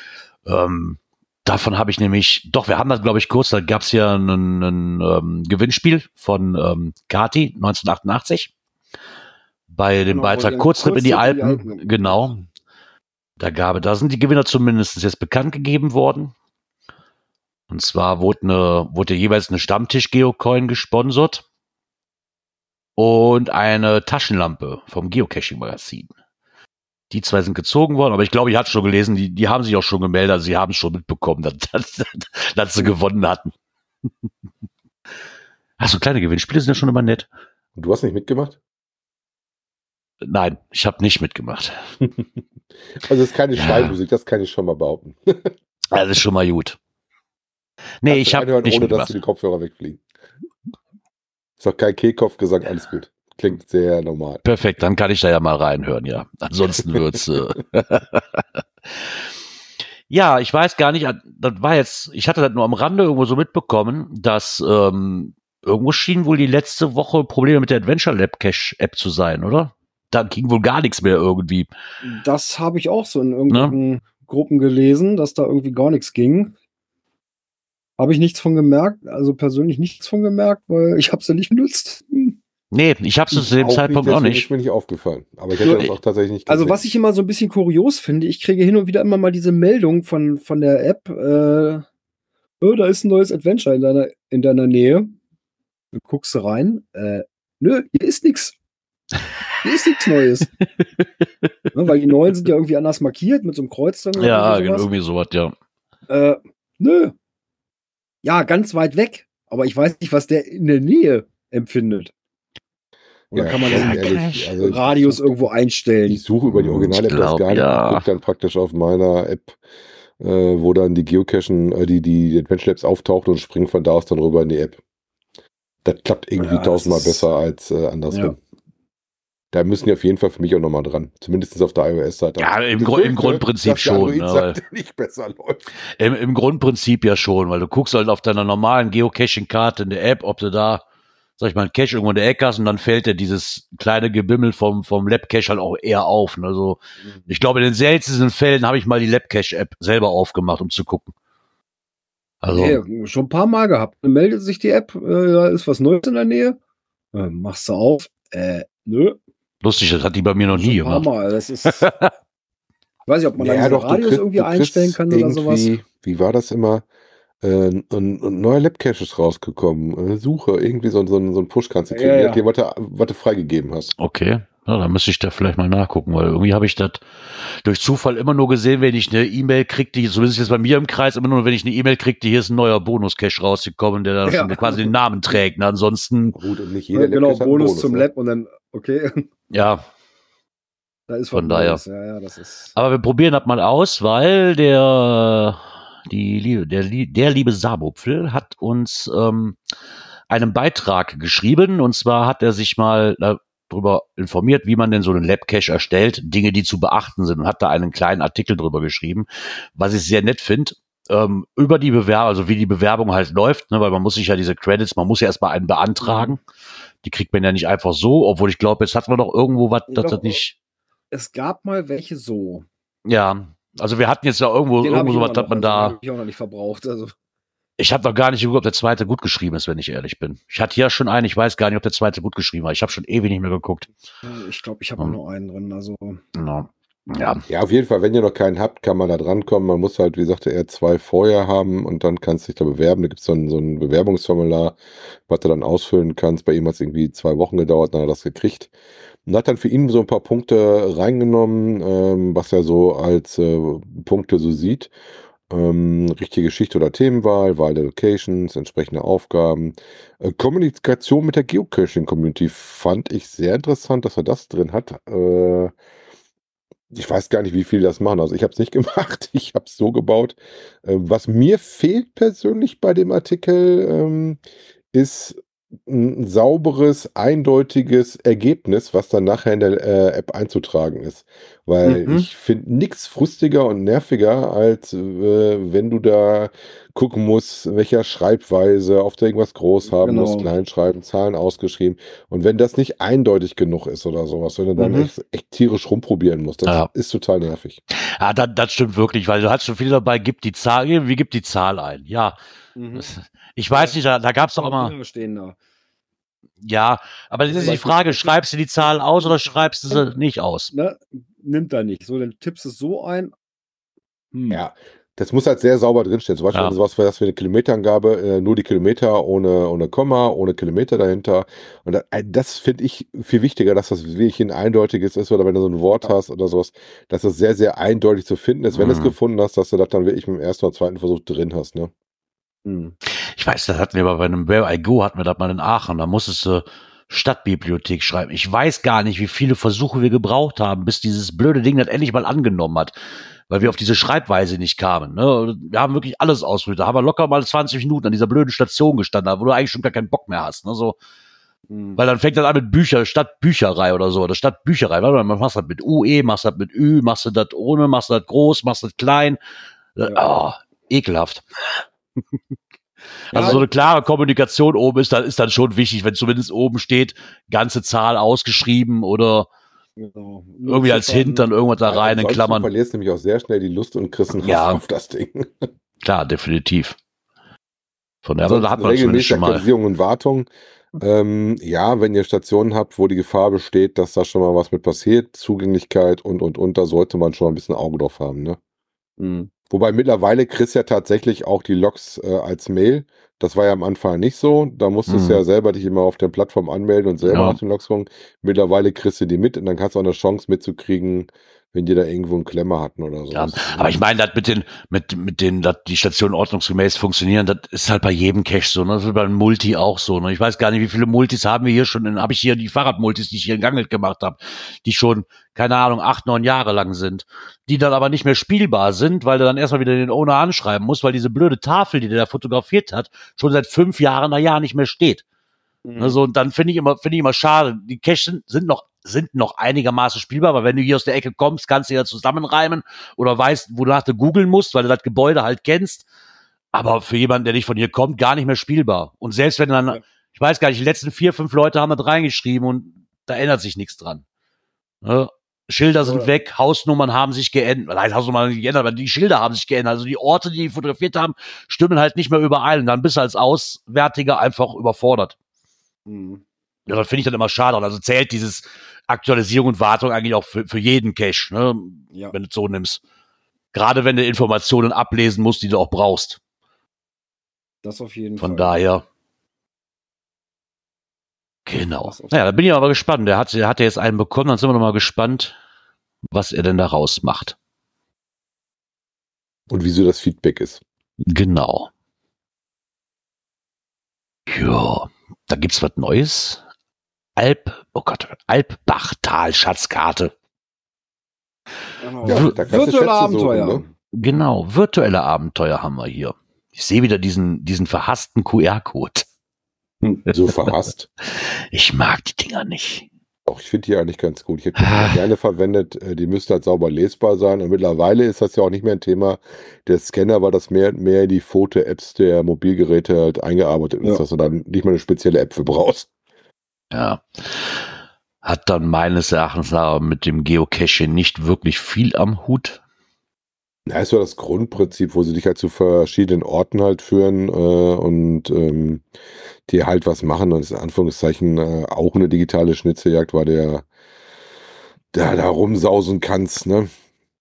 Davon habe ich nämlich, wir haben das, glaube ich, kurz, da gab es ja ein Gewinnspiel von Kati 1988 bei dem Genau, Beitrag Kurztrip in die Alpen. Genau. Da sind die Gewinner zumindest jetzt bekannt gegeben worden. Und zwar wurde jeweils eine Stammtisch-Geocoin gesponsert und eine Taschenlampe vom Geocaching-Magazin. Die zwei sind gezogen worden, aber ich glaube, ich hatte schon gelesen, die haben sich auch schon gemeldet, also sie haben schon mitbekommen, dass sie gewonnen hatten. Ach, so kleine Gewinnspiele sind ja schon immer nett. Und du hast nicht mitgemacht? Nein, ich habe nicht mitgemacht. Also es ist keine Schreimusik, das kann ich schon mal behaupten. Das ist schon mal gut. Nee, ich habe nicht ohne mitgemacht. dass die Kopfhörer wegfliegen. Ist doch kein Kehlkopf-Gesang, alles gut. Klingt sehr normal. Perfekt, dann kann ich da ja mal reinhören, ja. Ansonsten wird's. Ja, ich weiß gar nicht, ich hatte das nur am Rande irgendwo so mitbekommen, dass irgendwo schien wohl die letzte Woche Probleme mit der Adventure Lab Cache App zu sein, oder? Da ging wohl gar nichts mehr irgendwie. Das habe ich auch so in irgendwelchen Gruppen gelesen, dass da irgendwie gar nichts ging. Habe ich nichts von gemerkt, also persönlich nichts von gemerkt, weil ich habe es ja nicht genutzt. Nee, ich habe es zu dem Zeitpunkt auch nicht. Ist mir nicht aufgefallen. Aber ich hätte das auch tatsächlich nicht gesehen. Also was ich immer so ein bisschen kurios finde, ich kriege hin und wieder immer mal diese Meldung von der App, da ist ein neues Adventure in deiner Nähe. Du guckst du rein, nö, hier ist nichts. Hier ist nichts Neues. Ne, weil die neuen sind ja irgendwie anders markiert, mit so einem Kreuz dann. Ja, irgendwie sowas, ja. Nö. Ja, ganz weit weg. Aber ich weiß nicht, was der in der Nähe empfindet. Oder kann man den Radius irgendwo einstellen? Ich suche über die Original-App das gar nicht. Ich gucke dann praktisch auf meiner App, wo dann die Geocachen, die Adventure Apps auftaucht und springt von da aus dann rüber in die App. Das klappt irgendwie tausendmal besser als andersrum. Ja. Da müssen die auf jeden Fall für mich auch nochmal dran. Zumindest auf der iOS-Seite. Ja, im Grundprinzip schon. Ne, nicht besser läuft. Im Grundprinzip ja schon, weil du guckst halt auf deiner normalen Geocaching-Karte in der App, ob du da, sag ich mal, einen Cache irgendwo in der Ecke hast und dann fällt dir dieses kleine Gebimmel vom Lab-Cache halt auch eher auf. Ne? Also, ich glaube, in den seltensten Fällen habe ich mal die Lab-Cache-App selber aufgemacht, um zu gucken. Also, nee, schon ein paar Mal gehabt. Dann meldet sich die App, da ist was Neues in der Nähe. Machst du auf. Nö. Lustig, das hat die bei mir noch nie gemacht. Mal. Das ist, ich weiß nicht, ob man da Radius irgendwie einstellen kann oder sowas. Wie war das immer? Ein neuer Lab-Cache ist rausgekommen. Suche, irgendwie so ein Push kannst du kriegen, je nachdem, was du freigegeben hast. Okay. Ja, da müsste ich da vielleicht mal nachgucken, weil irgendwie habe ich das durch Zufall immer nur gesehen, wenn ich eine E-Mail kriege, die, zumindest jetzt bei mir im Kreis, immer nur, wenn ich eine E-Mail kriege, hier ist ein neuer Bonus-Cache rausgekommen, der da schon quasi den Namen trägt. Ne? Ansonsten. Gut, und nicht jeder genau, Lab-Cache hat einen Bonus zum ne? Lab und dann, okay, Ja, da ist von was daher. Neues. Ja, das ist. Aber wir probieren das mal aus, weil der liebe Sabopfel hat uns einen Beitrag geschrieben, und zwar hat er sich mal darüber informiert, wie man denn so einen Lab-Cache erstellt, Dinge, die zu beachten sind, und hat da einen kleinen Artikel drüber geschrieben, was ich sehr nett finde, über die Bewerbung, also wie die Bewerbung halt läuft, ne, weil man muss sich ja diese Credits, man muss ja erstmal einen beantragen, die kriegt man ja nicht einfach so, obwohl ich glaube, jetzt hatten wir doch irgendwo was, dass das nicht... Es gab mal welche so. Ja, also wir hatten jetzt ja irgendwo so was, dass man da... habe ich auch noch nicht verbraucht, also... Ich habe doch gar nicht geguckt, ob der zweite gut geschrieben ist, wenn ich ehrlich bin. Ich hatte ja schon einen, ich weiß gar nicht, ob der zweite gut geschrieben war. Ich habe schon ewig nicht mehr geguckt. Ich glaube, ich habe nur einen drin, also... No. Ja. Ja, auf jeden Fall, wenn ihr noch keinen habt, kann man da drankommen. Man muss halt, wie sagte er, 2 vorher haben und dann kannst du dich da bewerben. Da gibt es so ein Bewerbungsformular, was du dann ausfüllen kannst. Bei ihm hat es irgendwie 2 Wochen gedauert, dann hat er das gekriegt. Und hat dann für ihn so ein paar Punkte reingenommen, was er so als Punkte so sieht. Richtige Geschichte oder Themenwahl, Wahl der Locations, entsprechende Aufgaben. Kommunikation mit der Geocaching-Community fand ich sehr interessant, dass er das drin hat. Ich weiß gar nicht, wie viele das machen. Also ich habe es nicht gemacht. Ich habe es so gebaut. Was mir fehlt persönlich bei dem Artikel, ist ein sauberes, eindeutiges Ergebnis, was dann nachher in der App einzutragen ist. Weil ich finde nichts frustiger und nerviger, als wenn du da gucken musst, welcher Schreibweise, auf der irgendwas groß haben musst, klein schreiben, Zahlen ausgeschrieben. Und wenn das nicht eindeutig genug ist oder sowas, wenn du dann echt tierisch rumprobieren musst, das ist total nervig. Ja, das stimmt wirklich, weil du hast schon viel dabei, gibt die Zahl ein. Ja. Ich weiß nicht, da gab es doch immer. Ja, aber das ist die Frage, schreibst du die Zahl aus oder schreibst du sie nicht aus? Ne, nimmt er nicht. So, dann tippst du es so ein. Ja, das muss halt sehr sauber drinstehen. Zum Beispiel sowas für eine Kilometerangabe, nur die Kilometer ohne Komma, ohne Kilometer dahinter. Und das finde ich viel wichtiger, dass das wirklich ein eindeutiges ist, oder wenn du so ein Wort hast oder sowas, dass das sehr, sehr eindeutig zu finden ist. Wenn du es gefunden hast, dass du das dann wirklich mit dem ersten oder zweiten Versuch drin hast, ne? Ich weiß, das hatten wir bei einem Where I Go, hatten wir das mal in Aachen, da musstest du Stadtbibliothek schreiben. Ich weiß gar nicht, wie viele Versuche wir gebraucht haben, bis dieses blöde Ding das endlich mal angenommen hat, weil wir auf diese Schreibweise nicht kamen. Ne? Wir haben wirklich alles ausprobiert. Da haben wir locker mal 20 Minuten an dieser blöden Station gestanden, wo du eigentlich schon gar keinen Bock mehr hast. Ne? So, weil dann fängt das an mit Stadtbücherei oder so, oder Stadtbücherei. Man machst das mit UE, machst das mit Ü, machst du das ohne, machst du das groß, machst du das klein. Oh, ekelhaft. Also so eine klare Kommunikation oben ist dann schon wichtig, wenn zumindest oben steht, ganze Zahl ausgeschrieben oder irgendwie als Hint dann irgendwas da rein in Klammern. Du verlierst nämlich auch sehr schnell die Lust und kriegst einen Hass auf das Ding. Klar, definitiv. Von daher, da hat man regelmäßig schon mal. Aktualisierung und Wartung. Ja, wenn ihr Stationen habt, wo die Gefahr besteht, dass da schon mal was mit passiert, Zugänglichkeit und, da sollte man schon ein bisschen Auge drauf haben, ne? Wobei mittlerweile kriegst du ja tatsächlich auch die Logs als Mail. Das war ja am Anfang nicht so. Da musstest du ja selber dich immer auf der Plattform anmelden und selber nach den Logs gucken. Mittlerweile kriegst du die mit und dann kannst du auch eine Chance mitzukriegen, wenn die da irgendwo einen Klemmer hatten oder so. Ja, aber ich meine, dass dass die Stationen ordnungsgemäß funktionieren, das ist halt bei jedem Cache so, ne? Das ist beim Multi auch so, ne? Ich weiß gar nicht, wie viele Multis haben wir hier schon, habe ich hier die Fahrradmultis, die ich hier in Gangelt gemacht habe, die schon, keine Ahnung, 8, 9 Jahre lang sind, die dann aber nicht mehr spielbar sind, weil du dann erstmal wieder den Owner anschreiben musst, weil diese blöde Tafel, die der da fotografiert hat, schon seit 5 Jahren nicht mehr steht. Also, und dann finde ich immer schade. Die Caches sind noch einigermaßen spielbar, aber wenn du hier aus der Ecke kommst, kannst du ja zusammenreimen oder weißt, wonach du googeln musst, weil du das Gebäude halt kennst. Aber für jemanden, der nicht von hier kommt, gar nicht mehr spielbar. Und selbst wenn dann, ich weiß gar nicht, die letzten 4, 5 Leute haben das reingeschrieben und da ändert sich nichts dran. Ne? Schilder sind weg, Hausnummern haben sich geändert. Nein, Hausnummern haben sich geändert, aber die Schilder haben sich geändert. Also die Orte, die fotografiert haben, stimmen halt nicht mehr überein. Und dann bist du als Auswärtiger einfach überfordert. Ja, das finde ich dann immer schade. Also zählt dieses Aktualisierung und Wartung eigentlich auch für jeden Cache, ne? Wenn du es so nimmst. Gerade wenn du Informationen ablesen musst, die du auch brauchst. Das auf jeden Fall. Von daher. Genau. Naja, da bin ich aber gespannt. Der hat ja jetzt einen bekommen, dann sind wir noch mal gespannt, was er denn da rausmacht. Und wieso das Feedback ist. Genau. Ja, da gibt's was Neues. Alpbachtal-Schatzkarte. Genau. Ja, da kannst du Virtuelle Schätze Abenteuer. suchen, ne? Genau, virtuelle Abenteuer haben wir hier. Ich sehe wieder diesen verhassten QR-Code. So verhasst. Ich mag die Dinger nicht. Auch ich finde die eigentlich ganz gut. Ich hätte die immer gerne verwendet. Die müssten halt sauber lesbar sein. Und mittlerweile ist das ja auch nicht mehr ein Thema der Scanner, weil das mehr und mehr in die Foto-Apps der Mobilgeräte halt eingearbeitet ist, dass du dann nicht mal eine spezielle App für brauchst. Ja. Hat dann meines Erachtens nach mit dem Geocaching nicht wirklich viel am Hut. Ja, ist so das Grundprinzip, wo sie dich halt zu verschiedenen Orten halt führen und die halt was machen. Und das ist in Anführungszeichen auch eine digitale Schnitzeljagd, weil du da rumsausen kannst, ne?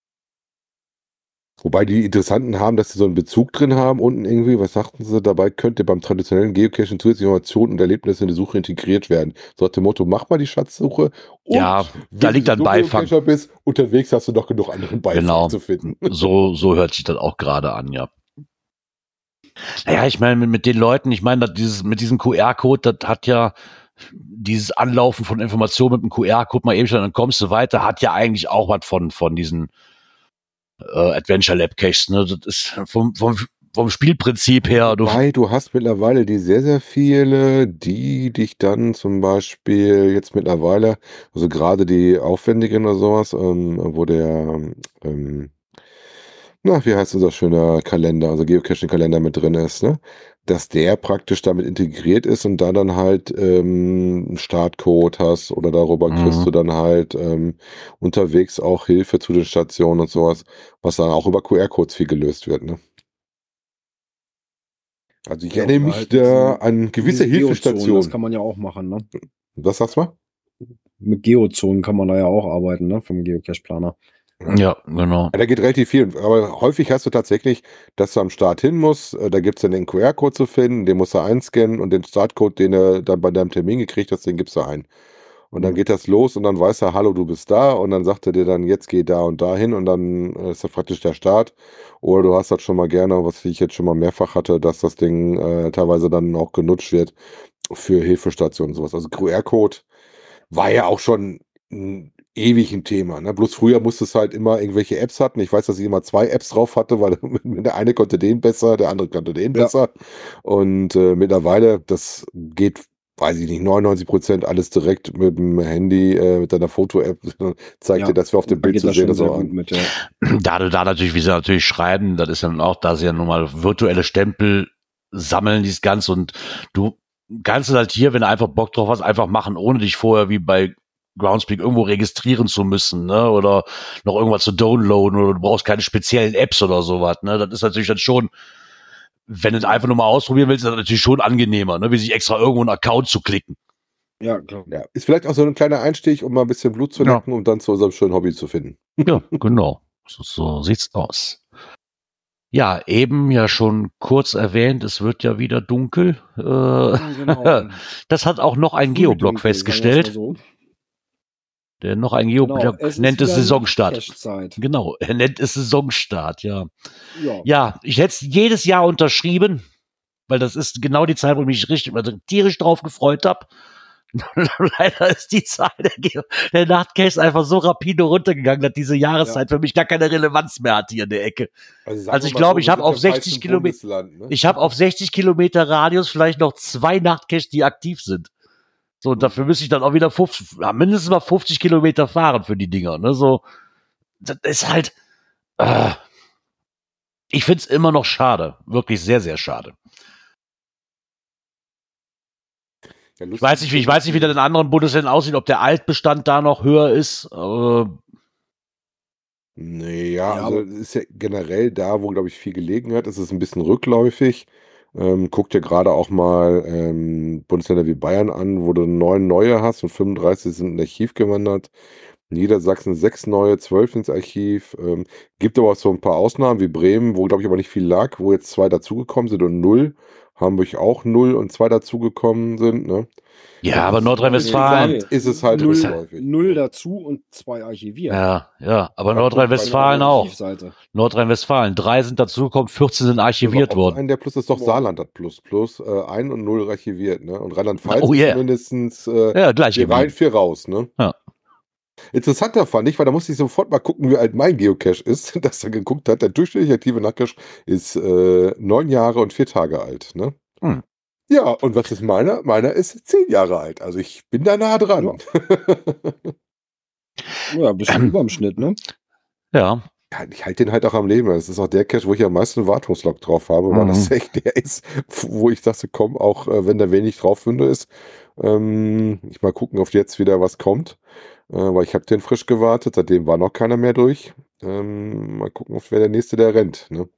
Wobei die Interessanten haben, dass sie so einen Bezug drin haben. Unten irgendwie, was sagten sie, dabei könnte beim traditionellen Geocaching zusätzliche Informationen und Erlebnisse in die Suche integriert werden. So nach dem Motto, mach mal die Schatzsuche. Und Ja, da liegt dann Beifang. Geocacher bist, unterwegs hast du noch genug anderen Beifang zu finden. So hört sich das auch gerade an, ja. Naja, ich meine, mit den Leuten, ich meine, mit diesem QR-Code, das hat ja dieses Anlaufen von Informationen mit dem QR-Code mal eben schon, dann kommst du weiter, hat ja eigentlich auch was von diesen Adventure Lab Caches, ne? Das ist vom Spielprinzip her. Wobei, du hast mittlerweile die sehr, sehr viele, die dich dann zum Beispiel jetzt mittlerweile, also gerade die aufwendigen oder sowas, wo der, wie heißt unser schöner Kalender, also Geocaching-Kalender mit drin ist, ne? Dass der praktisch damit integriert ist und da dann halt einen Startcode hast oder darüber kriegst du dann halt unterwegs auch Hilfe zu den Stationen und sowas, was dann auch über QR-Codes viel gelöst wird, ne? Also ich erinnere mich halt da an gewisse Hilfestationen. Das kann man ja auch machen, ne? Was sagst du mal? Mit Geozonen kann man da ja auch arbeiten, ne? Vom Geocache-Planer. Ja, genau. Ja, da geht relativ viel. Aber häufig hast du tatsächlich, dass du am Start hin musst. Da gibt es dann den QR-Code zu finden, den musst du einscannen und den Startcode, den du dann bei deinem Termin gekriegt hast, den gibst du ein. Und dann geht das los und dann weiß er, hallo, du bist da. Und dann sagt er dir dann, jetzt geh da und da hin. Und dann ist das praktisch der Start. Oder du hast das schon mal gerne, was ich jetzt schon mal mehrfach hatte, dass das Ding teilweise dann auch genutzt wird für Hilfestationen und sowas. Also QR-Code war ja auch schon ewig ein Thema. Ne? Bloß früher musstest du halt immer irgendwelche Apps hatten. Ich weiß, dass ich immer 2 Apps drauf hatte, weil der eine konnte den besser, der andere konnte den besser. Und mittlerweile, das geht, weiß ich nicht, 99% alles direkt mit dem Handy, mit deiner Foto-App, zeigt dir, dass wir auf dem Bild zu sehen ist. Da du da natürlich, wie sie natürlich schreiben, das ist dann auch, da sie ja nun mal virtuelle Stempel sammeln, dieses Ganze, und du kannst es halt hier, wenn du einfach Bock drauf hast, einfach machen, ohne dich vorher wie bei Groundspeak irgendwo registrieren zu müssen, ne, oder noch irgendwas zu downloaden, oder du brauchst keine speziellen Apps oder sowas, ne, das ist natürlich dann schon, wenn du es einfach nur mal ausprobieren willst, ist das natürlich schon angenehmer, ne, wie sich extra irgendwo einen Account zu klicken. Ja, klar. Ja, ist vielleicht auch so ein kleiner Einstieg, um mal ein bisschen Blut zu lecken, um dann zu unserem schönen Hobby zu finden. Ja, genau. So sieht's aus. Ja, eben ja schon kurz erwähnt, es wird ja wieder dunkel. Genau. Das hat auch noch ein Geoblog festgestellt. Der noch ein Geoblog nennt es Saisonstart. Genau, er nennt es Saisonstart, ja. Ja, ich hätte es jedes Jahr unterschrieben, weil das ist genau die Zeit, wo ich mich tierisch drauf gefreut habe. Leider ist die Zahl der Nachtcaches einfach so rapide runtergegangen, dass diese Jahreszeit für mich gar keine Relevanz mehr hat hier in der Ecke. Also ich glaube, ich habe auf 60 Kilometer, auf 60 Kilometer Radius vielleicht noch 2 Nachtcaches, die aktiv sind. So, und dafür müsste ich dann auch wieder mindestens mal 50 Kilometer fahren für die Dinger, ne, so. Das ist halt, ich find's immer noch schade. Wirklich sehr, sehr schade. Ja, ich weiß nicht, wie das in anderen Bundesländern aussieht, ob der Altbestand da noch höher ist. Also ist ja generell da, wo, glaube ich, viel gelegen hat, ist es ein bisschen rückläufig. Guck dir gerade auch mal Bundesländer wie Bayern an, wo du 9 neue hast und 35 sind in Archiv gewandert. Niedersachsen 6 neue, 12 ins Archiv. Gibt aber auch so ein paar Ausnahmen wie Bremen, wo, glaube ich, aber nicht viel lag, wo jetzt 2 dazugekommen sind und 0 Hamburg auch 0 und 2 dazugekommen sind, ne? Ja, aber Nordrhein-Westfalen. Insgesamt Ist es halt 0 rückläufig. 0 dazu und 2 archiviert. Ja, aber Aber Nordrhein-Westfalen Auf der auch. Archivseite. Nordrhein-Westfalen. 3 sind dazugekommen, 14 sind archiviert Aber worden. ein der Plus ist doch Boah. Saarland hat Plus. 1 und 0 archiviert, ne? Und Rheinland-Pfalz Oh ist yeah. mindestens Ja, gleich 4 rein, geblieben. 4 raus, ne? Ja. Interessanter fand ich, weil da musste ich sofort mal gucken, wie alt mein Geocache ist, dass er geguckt hat. Der durchschnittliche aktive Nachtcache ist 9 Jahre und 4 Tage alt, ne? Hm. Ja, und was ist meiner? Meiner ist 10 Jahre alt. Also ich bin da nah dran. Ja, ein bisschen über dem Schnitt, ne? Ja. Ja, ich halte den halt auch am Leben. Das ist auch der Cache, wo ich am meisten Wartungslog drauf habe, weil das echt der ist, wo ich dachte, komm, auch wenn da wenig drauffunde ist, ich mal gucken, ob jetzt wieder was kommt, weil ich habe den frisch gewartet, seitdem war noch keiner mehr durch. Mal gucken, ob wer der Nächste, der rennt, ne?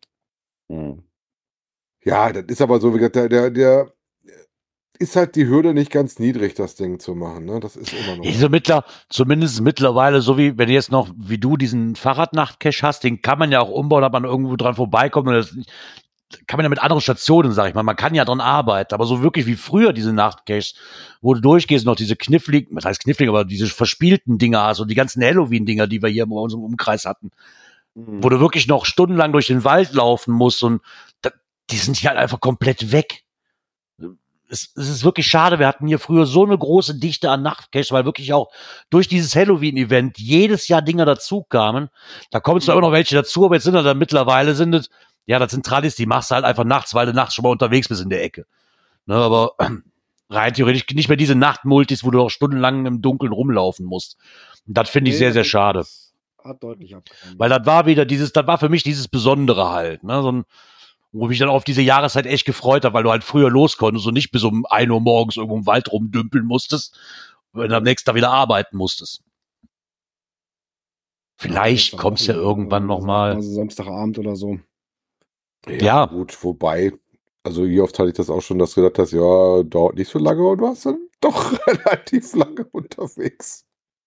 Ja, das ist aber so, wie gesagt, der ist halt die Hürde nicht ganz niedrig, das Ding zu machen, ne? Das ist immer noch. Also zumindest mittlerweile, so wie wenn du jetzt noch, wie du diesen Fahrradnacht-Cache hast, den kann man ja auch umbauen, dass man irgendwo dran vorbeikommt. Und das kann man ja mit anderen Stationen, sag ich mal. Man kann ja dran arbeiten. Aber so wirklich wie früher diese Nacht-Caches, wo du durchgehst, noch diese kniffligen, was heißt knifflig, aber diese verspielten Dinger hast und die ganzen Halloween-Dinger, die wir hier in unserem Umkreis hatten, wo du wirklich noch stundenlang durch den Wald laufen musst und die sind hier halt einfach komplett weg. Es ist wirklich schade, wir hatten hier früher so eine große Dichte an Nachtcaches, weil wirklich auch durch dieses Halloween-Event jedes Jahr Dinger dazu kamen. Da kommen zwar immer noch welche dazu, aber jetzt sind da mittlerweile das sind Tradis, die machst du halt einfach nachts, weil du nachts schon mal unterwegs bist in der Ecke. Ne, aber rein theoretisch nicht mehr diese Nachtmultis, wo du auch stundenlang im Dunkeln rumlaufen musst. Und das finde ich sehr, sehr schade. Hat deutlich abgenommen. Weil das war für mich dieses Besondere halt, ne, wo ich mich dann auf diese Jahreszeit echt gefreut habe, weil du halt früher los konntest und nicht bis um 1 Uhr morgens irgendwo im Wald rumdümpeln musstest, wenn du am nächsten Tag wieder arbeiten musstest. Vielleicht kommt's ja irgendwann nochmal. Also Samstagabend oder so. Ja. Gut, wobei, also wie oft hatte ich das auch schon, dass du gedacht hast, ja, dauert nicht so lange und warst dann doch relativ lange unterwegs.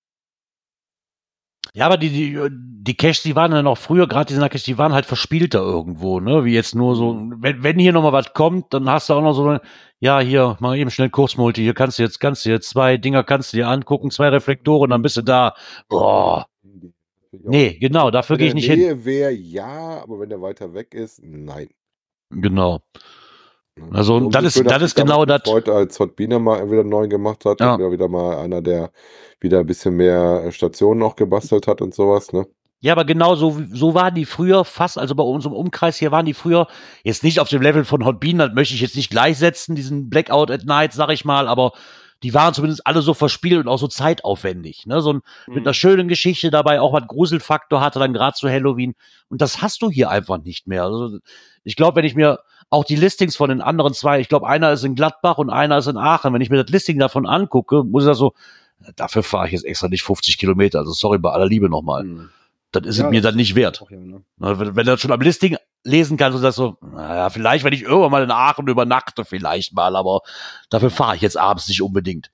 Ja, aber die Caches, die waren dann auch früher, gerade diese Caches, die waren halt verspielter irgendwo, ne, wie jetzt nur so, wenn hier nochmal was kommt, dann hast du auch noch so, ja, hier, mal eben schnell Kurzmulti, hier kannst du jetzt 2 Dinger kannst du dir angucken, 2 Reflektoren, dann bist du da. Boah. Nee, genau, dafür gehe ich nicht hin. Wenn der Nähe wäre, ja, aber wenn der weiter weg ist, nein. Genau. Also, das ist genau das. Heute, als Hot Beaner mal wieder neu gemacht hat, Ja. wieder mal einer, der wieder ein bisschen mehr Stationen noch gebastelt hat und sowas, ne? Ja, aber genau so waren die früher fast, also bei unserem Umkreis hier waren die früher jetzt nicht auf dem Level von Hot Bean, das möchte ich jetzt nicht gleichsetzen, diesen Blackout at Night, sag ich mal, aber die waren zumindest alle so verspielt und auch so zeitaufwendig, ne, mit einer schönen Geschichte dabei, auch was Gruselfaktor hatte, dann gerade zu Halloween, und das hast du hier einfach nicht mehr. Also ich glaube, wenn ich mir auch die Listings von den anderen 2, ich glaube, einer ist in Gladbach und einer ist in Aachen, wenn ich mir das Listing davon angucke, muss ich sagen so, dafür fahre ich jetzt extra nicht 50 Kilometer, also sorry, bei aller Liebe nochmal. Das ist es mir dann nicht wert. Auch, ja, ne? Wenn du das schon am Listing lesen kannst und sagst so, naja, vielleicht, wenn ich irgendwann mal in Aachen übernachte, vielleicht mal, aber dafür fahre ich jetzt abends nicht unbedingt.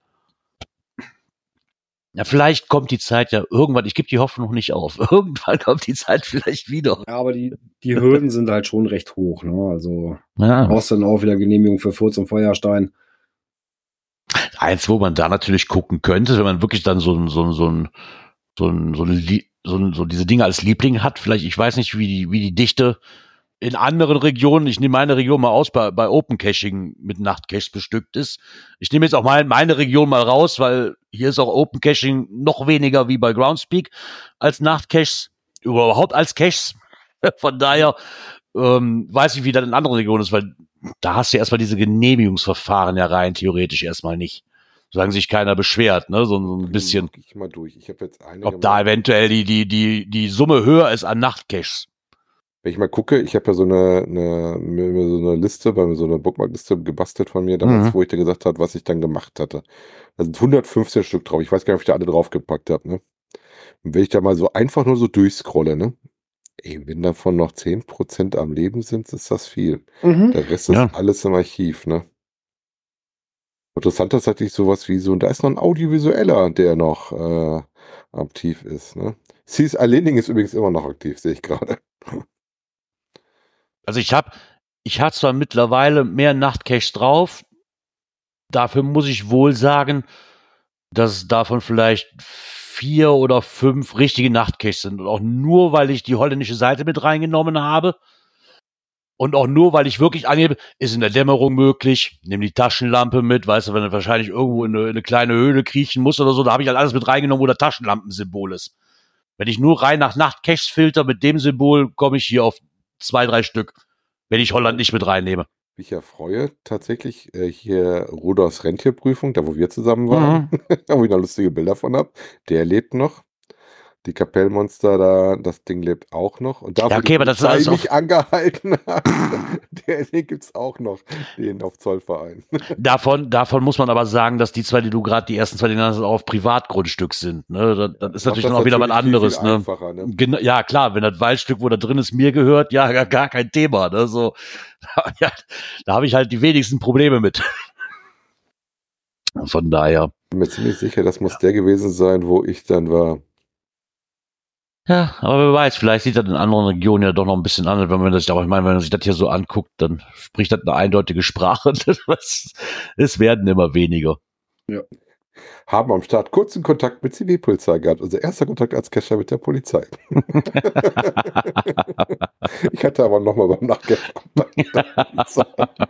Ja, vielleicht kommt die Zeit ja irgendwann, ich gebe die Hoffnung nicht auf, irgendwann kommt die Zeit vielleicht wieder. Ja, aber die Hürden sind halt schon recht hoch, ne? Also Ja. brauchst du dann auch wieder Genehmigung für Furz und Feuerstein. Eins, wo man da natürlich gucken könnte, wenn man wirklich dann so diese Dinge als Liebling hat, vielleicht, ich weiß nicht, wie die Dichte in anderen Regionen, ich nehme meine Region mal aus, bei Open Caching mit Nachtcaches bestückt ist. Ich nehme jetzt auch meine Region mal raus, weil hier ist auch Open Caching noch weniger wie bei Groundspeak als Nachtcaches, überhaupt als Caches. Von daher weiß ich, wie das in anderen Regionen ist, weil da hast du erstmal diese Genehmigungsverfahren ja rein theoretisch erstmal nicht. Solange sich keiner beschwert, ne, so ein bisschen. Ich mal durch. Ich habe jetzt Ob da eventuell die Summe höher ist an Nachtcaches. Wenn ich mal gucke, ich habe ja so eine Liste, so eine Bookmark-Liste gebastelt von mir, damals, wo ich dir gesagt habe, was ich dann gemacht hatte. Da sind 115 Stück drauf. Ich weiß gar nicht, ob ich da alle draufgepackt habe, ne? Und wenn ich da mal so einfach nur so durchscrolle, ne? Ey, wenn davon noch 10% am Leben sind, ist das viel. Der Rest ist alles im Archiv, ne? Interessant ist tatsächlich sowas wie und da ist noch ein Audiovisueller, der noch aktiv ist, ne? Seas Alending ist übrigens immer noch aktiv, sehe ich gerade. Also ich habe Ich habe zwar mittlerweile mehr Nachtcaches drauf, dafür muss ich wohl sagen, dass davon vielleicht 4 oder 5 richtige Nachtcaches sind. Und auch nur, weil ich die holländische Seite mit reingenommen habe. Und auch nur, weil ich wirklich angebe, ist in der Dämmerung möglich. Nimm die Taschenlampe mit, weißt du, wenn du wahrscheinlich irgendwo in eine kleine Höhle kriechen musst oder so, da habe ich halt alles mit reingenommen, wo der Taschenlampensymbol ist. Wenn ich nur rein nach Nachtcaches filter mit dem Symbol, komme ich hier auf 2, 3 Stück, wenn ich Holland nicht mit reinnehme. Mich ja freue, tatsächlich hier Rudolfs Rentierprüfung, da wo wir zusammen waren, wo ich noch lustige Bilder von habe. Der lebt noch. Die Kapellmonster da, das Ding lebt auch noch. Und dafür, Ja, okay, aber das ist alles mich angehalten hat, den gibt's auch noch, den auf Zollverein. Davon muss man aber sagen, dass die zwei, die du gerade, die ersten 2, die genannt hast, auch auf Privatgrundstück sind. Ne? Das ist natürlich dann auch wieder was anderes. Viel einfacher, ne? Ja, klar, wenn das Waldstück, wo da drin ist, mir gehört, ja, gar kein Thema. Ne? So, ja, da habe ich halt die wenigsten Probleme mit. Von daher. Ich bin mir ziemlich sicher, das muss der gewesen sein, wo ich dann war. Ja, aber wer weiß, vielleicht sieht das in anderen Regionen ja doch noch ein bisschen anders, wenn man aber ich meine, wenn man sich das hier so anguckt, dann spricht das eine eindeutige Sprache. Es werden immer weniger. Ja. Haben am Start kurzen Kontakt mit Zivilpolizei gehabt. Unser erster Kontakt als Cacher mit der Polizei. Ich hatte aber nochmal beim Nachcachen Kontakt mit der Polizei.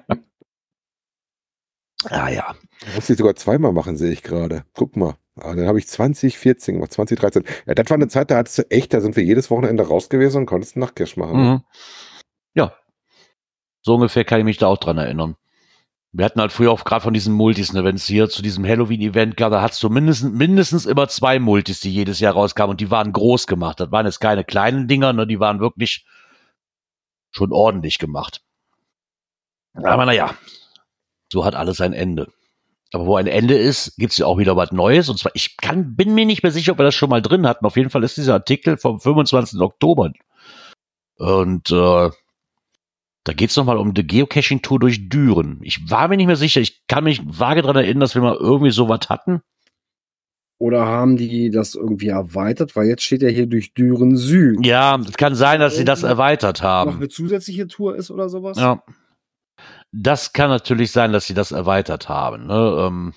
Ah ja. Muss ich sogar zweimal machen, sehe ich gerade. Guck mal. Dann habe ich 2014 gemacht, 2013. Ja, das war eine Zeit, da hattest du echt, da sind wir jedes Wochenende raus gewesen und konntest einen Nachtcache machen. Mhm. Ja. So ungefähr kann ich mich da auch dran erinnern. Wir hatten halt früher auch gerade von diesen Multis, ne, wenn es hier zu diesem Halloween-Event gab, da hattest du mindestens immer 2 Multis, die jedes Jahr rauskamen und die waren groß gemacht. Das waren jetzt keine kleinen Dinger, ne, die waren wirklich schon ordentlich gemacht. Aber naja, so hat alles ein Ende. Aber wo ein Ende ist, gibt's ja auch wieder was Neues. Und zwar, bin mir nicht mehr sicher, ob wir das schon mal drin hatten. Auf jeden Fall ist dieser Artikel vom 25. Oktober. Und da geht's nochmal um die Geocaching-Tour durch Düren. Ich war mir nicht mehr sicher. Ich kann mich vage daran erinnern, dass wir mal irgendwie sowas hatten. Oder haben die das irgendwie erweitert? Weil jetzt steht ja hier durch Düren Süd. Ja, es kann sein, dass sie das erweitert haben. Noch eine zusätzliche Tour ist oder sowas? Ja. Das kann natürlich sein, dass sie das erweitert haben, ne?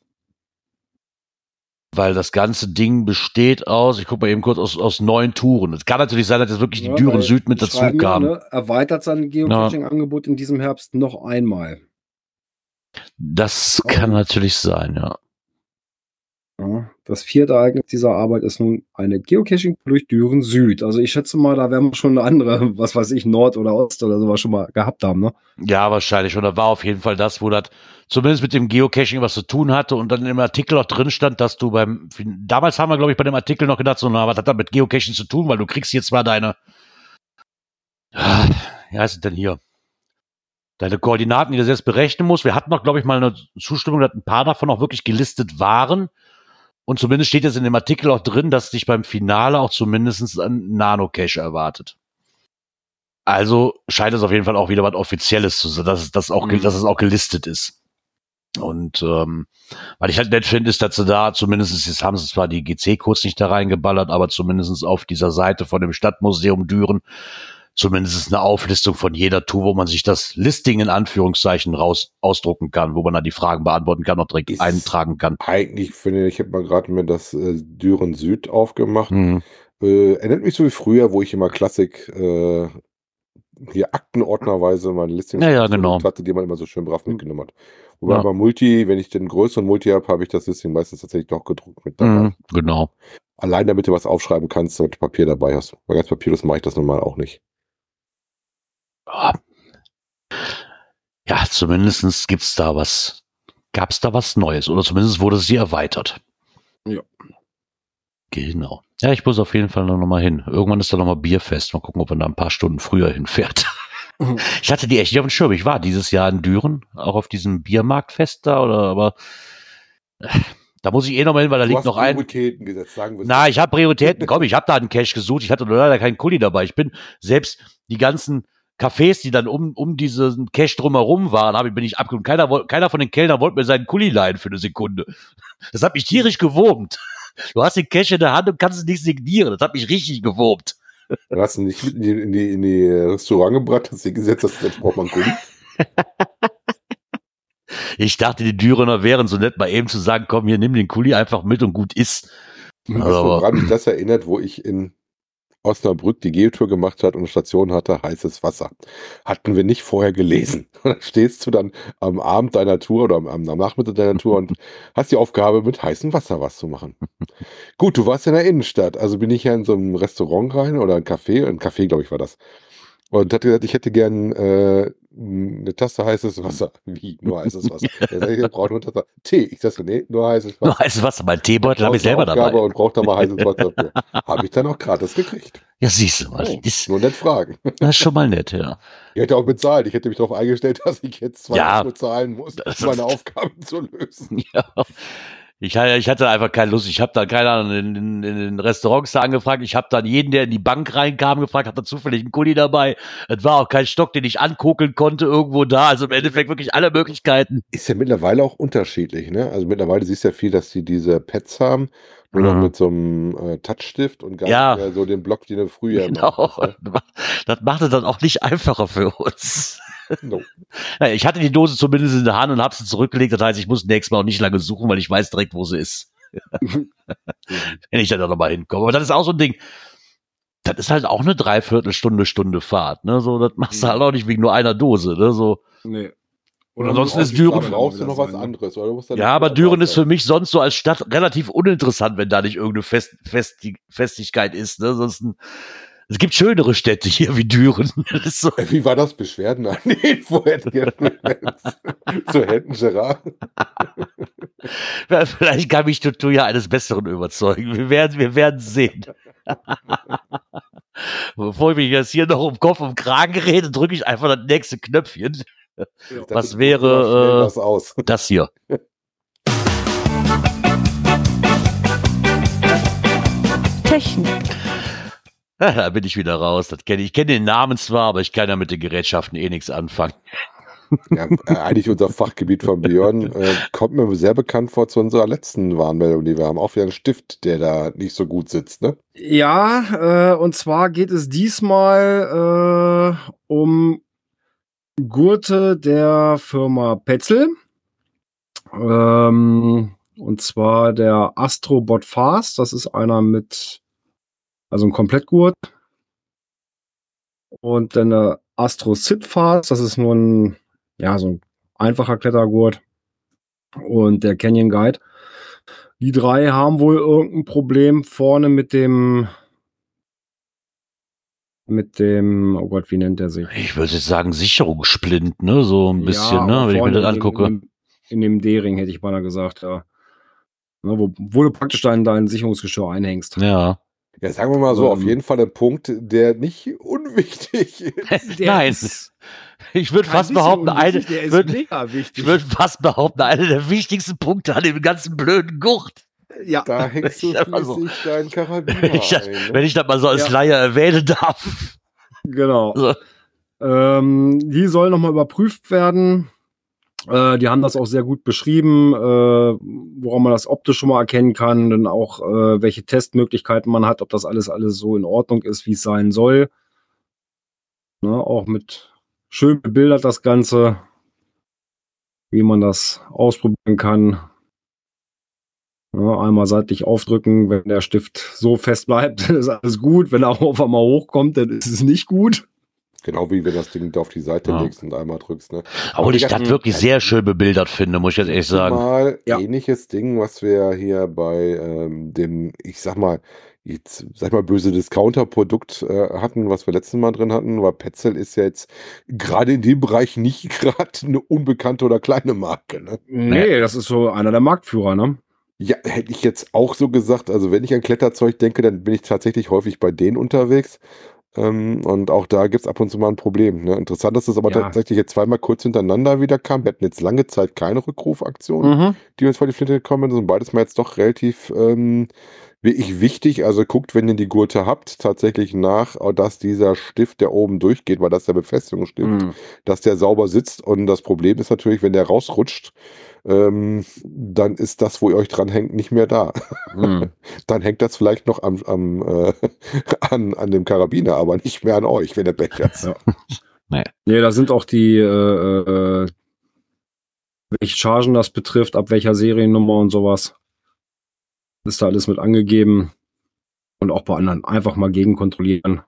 Weil das ganze Ding besteht aus, ich gucke mal eben kurz, aus 9 Touren. Es kann natürlich sein, dass jetzt wirklich die Düren Süd mit dazu kam. Ne, erweitert sein Geocaching-Angebot in diesem Herbst noch einmal. Das kann natürlich sein, ja. Ja, das 4. Ereignis dieser Arbeit ist nun eine Geocaching durch Düren Süd. Also ich schätze mal, da werden wir schon eine andere, was weiß ich, Nord oder Ost oder sowas schon mal gehabt haben, ne? Ja, wahrscheinlich. Und da war auf jeden Fall das, wo das zumindest mit dem Geocaching was zu tun hatte und dann im Artikel auch drin stand, dass du damals haben wir, glaube ich, bei dem Artikel noch gedacht, so, na, was hat das mit Geocaching zu tun? Weil du kriegst jetzt zwar wie heißt es denn hier? Deine Koordinaten, die du selbst berechnen musst. Wir hatten noch, glaube ich, mal eine Zustimmung, dass ein paar davon auch wirklich gelistet waren. Und zumindest steht jetzt in dem Artikel auch drin, dass dich beim Finale auch zumindest ein Nano-Cache erwartet. Also scheint es auf jeden Fall auch wieder was Offizielles zu sein, dass es auch gelistet ist. Und weil ich halt nett finde, ist, dass sie da zumindest, jetzt haben sie zwar die GC-Codes nicht da reingeballert, aber zumindest auf dieser Seite von dem Stadtmuseum Düren zumindest eine Auflistung von jeder Tour, wo man sich das Listing in Anführungszeichen ausdrucken kann, wo man dann die Fragen beantworten kann und direkt eintragen kann. Eigentlich finde ich habe mal gerade mir das Düren Süd aufgemacht. Erinnert mich so wie früher, wo ich immer Klassik hier aktenordnerweise meine Listing genau. hatte, die man immer so schön brav mitgenommen hat. Wobei bei Multi, wenn ich den größeren Multi habe ich das Listing meistens tatsächlich doch gedruckt mit dabei. Genau. Allein damit du was aufschreiben kannst und Papier dabei hast. Weil ganz papierlos mache ich das normal auch nicht. Ja, zumindest gab's da was Neues oder zumindest wurde sie erweitert. Ja. Genau. Ja, ich muss auf jeden Fall noch mal hin. Irgendwann ist da noch mal Bierfest. Mal gucken, ob man da ein paar Stunden früher hinfährt. Ich hatte die echt nicht auf dem Schirm. Ich war dieses Jahr in Düren, auch auf diesem Biermarktfest da, aber da muss ich noch mal hin, weil da liegt noch ein. Prioritäten gesetzt, sagen wir so. Na, ich habe Prioritäten. Komm, ich habe da einen Cache gesucht. Ich hatte nur leider keinen Kuli dabei. Ich bin selbst die ganzen Cafés, die dann um diesen Cache drumherum waren, bin ich abgeholt. Keiner von den Kellnern wollte mir seinen Kuli leihen für eine Sekunde. Das hat mich tierisch gewurmt. Du hast den Cache in der Hand und kannst es nicht signieren. Das hat mich richtig gewurmt. Dann hast du nicht mit in die Restaurant gebracht, hast du gesetzt, jetzt braucht man Gulli. Ich dachte, die Dürener wären so nett, mal eben zu sagen, komm, hier, nimm den Kuli einfach mit und gut isst. Weißt du, woran mich das erinnert, wo ich in Osnabrück die Geotour gemacht hat und eine Station hatte, heißes Wasser. Hatten wir nicht vorher gelesen. Und dann stehst du dann am Abend deiner Tour oder am Nachmittag deiner Tour und hast die Aufgabe, mit heißem Wasser was zu machen. Gut, du warst in der Innenstadt, also bin ich ja in so einem Restaurant rein oder ein Café, glaube ich, war das. Und hat gesagt, ich hätte gern eine Tasse heißes Wasser. Wie? Nur heißes Wasser. Er sagt, ich brauche nur eine Tasse Tee. Ich sag so, nee, nur heißes Wasser. Nur heißes Wasser, mein Teebeutel habe ich selber dabei. Und braucht da mal heißes Wasser für. Habe ich dann auch gratis gekriegt. Ja, siehst du mal. Nur nett fragen. Das ist schon mal nett, ja. Ich hätte auch bezahlt. Ich hätte mich darauf eingestellt, dass ich jetzt 2 Euro zahlen muss, um meine Aufgaben zu lösen. Ja. Ich hatte einfach keine Lust. Ich habe dann, keine Ahnung, in den Restaurants da angefragt. Ich habe dann jeden, der in die Bank reinkam, gefragt, hat da zufällig einen Kuli dabei. Es war auch kein Stock, den ich ankokeln konnte irgendwo da. Also im Endeffekt wirklich alle Möglichkeiten. Ist ja mittlerweile auch unterschiedlich, ne? Also mittlerweile siehst du ja viel, dass die diese Pads haben, nur noch mit so einem Touchstift und gar nicht mehr so den Block, den du früher gemacht hast. Ne? Das macht es dann auch nicht einfacher für uns. No. Ich hatte die Dose zumindest in der Hand und habe sie zurückgelegt. Das heißt, ich muss nächstes Mal auch nicht lange suchen, weil ich weiß direkt, wo sie ist. Wenn ich dann noch mal hinkomme. Aber das ist auch so ein Ding. Das ist halt auch eine Dreiviertelstunde Fahrt. Ne? So, das machst du halt auch nicht wegen nur einer Dose. Ne? So. Nee. Und ansonsten ist Düren. Brauchst du noch was anderes? Oder musst ja, aber Düren ist für mich sonst so als Stadt relativ uninteressant, wenn da nicht irgendeine Festigkeit ist. Ne? Sonst es gibt schönere Städte hier wie Düren. So. Wie war das? Beschwerden an den zu Händen Gerard? Vielleicht kann mich Tutu ja eines Besseren überzeugen. Wir werden sehen. Bevor ich mich jetzt hier noch um Kopf und Kragen rede, drücke ich einfach das nächste Knöpfchen. Was wäre das hier? Technik. Ja, da bin ich wieder raus. Das kenne ich. Ich kenne den Namen zwar, aber ich kann ja mit den Gerätschaften nichts anfangen. Ja, eigentlich unser Fachgebiet von Björn kommt mir sehr bekannt vor zu unserer letzten Warnmeldung, die wir haben. Auch wieder ein Stift, der da nicht so gut sitzt, ne? Ja, und zwar geht es diesmal um Gurte der Firma Petzl. Und zwar der Astrobot Fast. Das ist einer mit ein Komplettgurt. Und dann der Astro Sit Fast, das ist nur so ein einfacher Klettergurt. Und der Canyon Guide. Die 3 haben wohl irgendein Problem vorne mit dem, oh Gott, wie nennt der sich? Ich würde jetzt sagen Sicherungssplint, ne, so ein bisschen, ne, wenn ich mir das angucke. In dem D-Ring hätte ich beinahe gesagt, ja. Ne, wo du praktisch dein Sicherungsgeschirr einhängst. Ja. Ja, sagen wir mal so, auf jeden Fall ein Punkt, der nicht unwichtig ist. Nein, ich würde fast behaupten, eine der wichtigsten Punkte an dem ganzen blöden Gurt. Ja, da hängst du schließlich deinen Karabiner ein. Wenn ich das mal so als Laie erwähnen darf. Genau. So. Die sollen nochmal überprüft werden. Die haben das auch sehr gut beschrieben, woran man das optisch schon mal erkennen kann, dann auch welche Testmöglichkeiten man hat, ob das alles so in Ordnung ist, wie es sein soll. Ne, auch mit schön bebildert das Ganze, wie man das ausprobieren kann. Ne, einmal seitlich aufdrücken, wenn der Stift so fest bleibt, dann ist alles gut. Wenn er auch auf einmal hochkommt, dann ist es nicht gut. Genau wie wenn das Ding da auf die Seite legst und einmal drückst. Ne? Aber ich das wirklich sehr schön bebildert finde, muss ich jetzt ehrlich sagen. Mal ähnliches Ding, was wir hier bei dem, ich sag mal böse Discounter-Produkt hatten, was wir letztes Mal drin hatten, weil Petzl ist ja jetzt gerade in dem Bereich nicht gerade eine unbekannte oder kleine Marke. Ne? Nee, das ist so einer der Marktführer, ne? Ja, hätte ich jetzt auch so gesagt. Also wenn ich an Kletterzeug denke, dann bin ich tatsächlich häufig bei denen unterwegs. Und auch da gibt es ab und zu mal ein Problem. Ne? Interessant, dass das aber tatsächlich jetzt zweimal kurz hintereinander wieder kam. Wir hatten jetzt lange Zeit keine Rückrufaktion, die uns vor die Flinte gekommen sind. Und beides mal jetzt doch relativ Wirklich wichtig, also guckt, wenn ihr die Gurte habt, tatsächlich nach, dass dieser Stift, der oben durchgeht, weil das ist der Befestigungsstift, dass der sauber sitzt. Und das Problem ist natürlich, wenn der rausrutscht, dann ist das, wo ihr euch dran hängt, nicht mehr da. Dann hängt das vielleicht noch an dem Karabiner, aber nicht mehr an euch, wenn der Becher ist. Ja. Nee. Nee, da sind auch die, welche Chargen das betrifft, ab welcher Seriennummer und sowas. Ist da alles mit angegeben. Und auch bei anderen einfach mal gegenkontrollieren.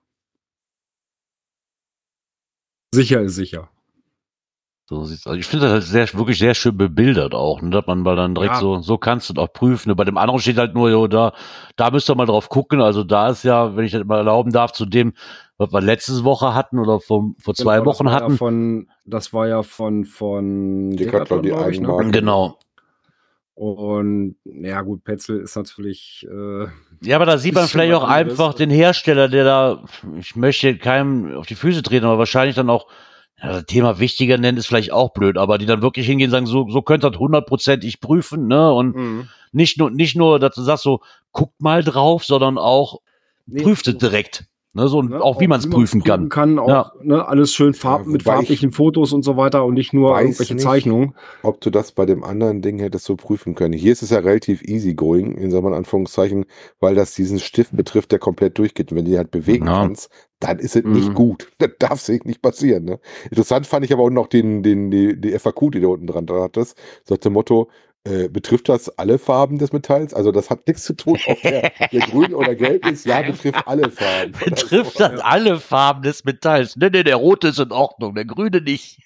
Sicher ist sicher. So sieht's aus. Ich finde das halt wirklich sehr schön bebildert auch, ne? Dass man mal dann direkt Ja. so kannst du das auch prüfen. Ne? Bei dem anderen steht halt nur, jo, da müsst ihr mal drauf gucken. Also da ist ja, wenn ich das mal erlauben darf, zu dem, was wir letzte Woche hatten oder vor 2 Wochen das war hatten. Das war ja von Decathlon, die glaub ich, Eigenmarke. Genau. Und ja gut, Petzl ist natürlich Ja, aber da sieht man Ist vielleicht schon auch was anderes. einfach den Hersteller, der da, ich möchte keinem auf die Füße treten, aber wahrscheinlich dann auch, ja, das Thema wichtiger nennen ist vielleicht auch blöd, aber die dann wirklich hingehen und sagen, so könnt ihr das 100%ig prüfen, ne? Und nicht nur, dass du sagst so, guckt mal drauf, sondern auch prüft es direkt. Ne? So, und ne, auch wie man es prüfen kann. Auch, Ja. ne, alles schön mit wobei farblichen Fotos und so weiter und nicht nur weiß irgendwelche nicht, Zeichnungen. ob du das bei dem anderen Ding hättest so prüfen können. Hier ist es ja relativ easy going, in sagen wir in Anführungszeichen, weil das diesen Stift betrifft, der komplett durchgeht. Und wenn du ihn halt bewegen kannst, dann ist es nicht gut. Das darf sich nicht passieren. Ne? Interessant fand ich aber auch noch die FAQ, die du unten dran hattest. So nach dem Motto, betrifft das alle Farben des Metalls? Also das hat nichts zu tun, ob der grün oder gelb ist. Ja, betrifft alle Farben. Betrifft das alle Farben des Metalls? Nee, der rote ist in Ordnung, der grüne nicht.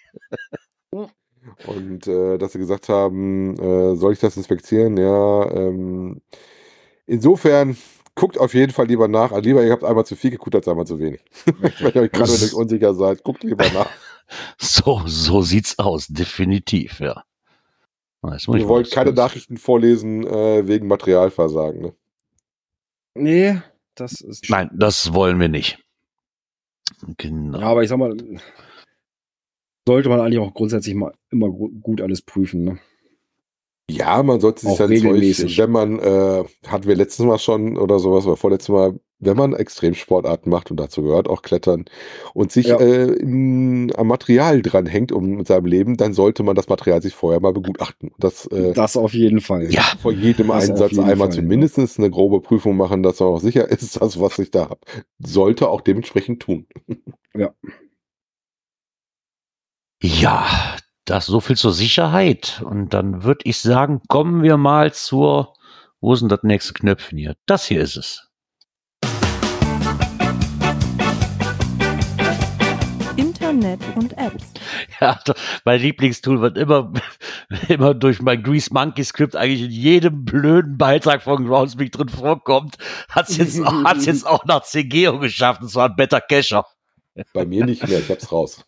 Und dass sie gesagt haben, soll ich das inspizieren? Ja, insofern guckt auf jeden Fall lieber nach. Also lieber, ihr habt einmal zu viel geguckt als einmal zu wenig. Wenn ihr euch gerade nicht unsicher seid, guckt lieber nach. So sieht's aus, definitiv, ja. Wir wollen keine Nachrichten vorlesen wegen Materialversagen. Ne? Nee, das ist... Nein, das wollen wir nicht. Genau. Ja, aber ich sag mal, sollte man eigentlich auch grundsätzlich mal immer gut alles prüfen, ne? Ja, man sollte sich Auch dann regelmäßig. wenn man, hatten wir letztes Mal schon oder sowas, oder vorletztes Mal, wenn man Extremsportarten macht und dazu gehört auch Klettern und sich am Material dranhängt mit seinem Leben, dann sollte man das Material sich vorher mal begutachten. Das auf jeden Fall. Ja, vor jedem Das auf Einsatz jeden einmal Fall, zumindest eine grobe Prüfung machen, dass man auch sicher ist, dass was ich da habe. Sollte auch dementsprechend tun. Ja, das so viel zur Sicherheit. Und dann würde ich sagen, kommen wir mal wo ist denn das nächste Knöpfchen hier? Das hier ist es. Internet und Apps. Ja, mein Lieblingstool wird immer durch mein Grease Monkey Script eigentlich in jedem blöden Beitrag von Groundspeak drin vorkommt, hat's jetzt auch nach CGO geschafft, und zwar ein Better Cacher. Bei mir nicht mehr, ich hab's raus.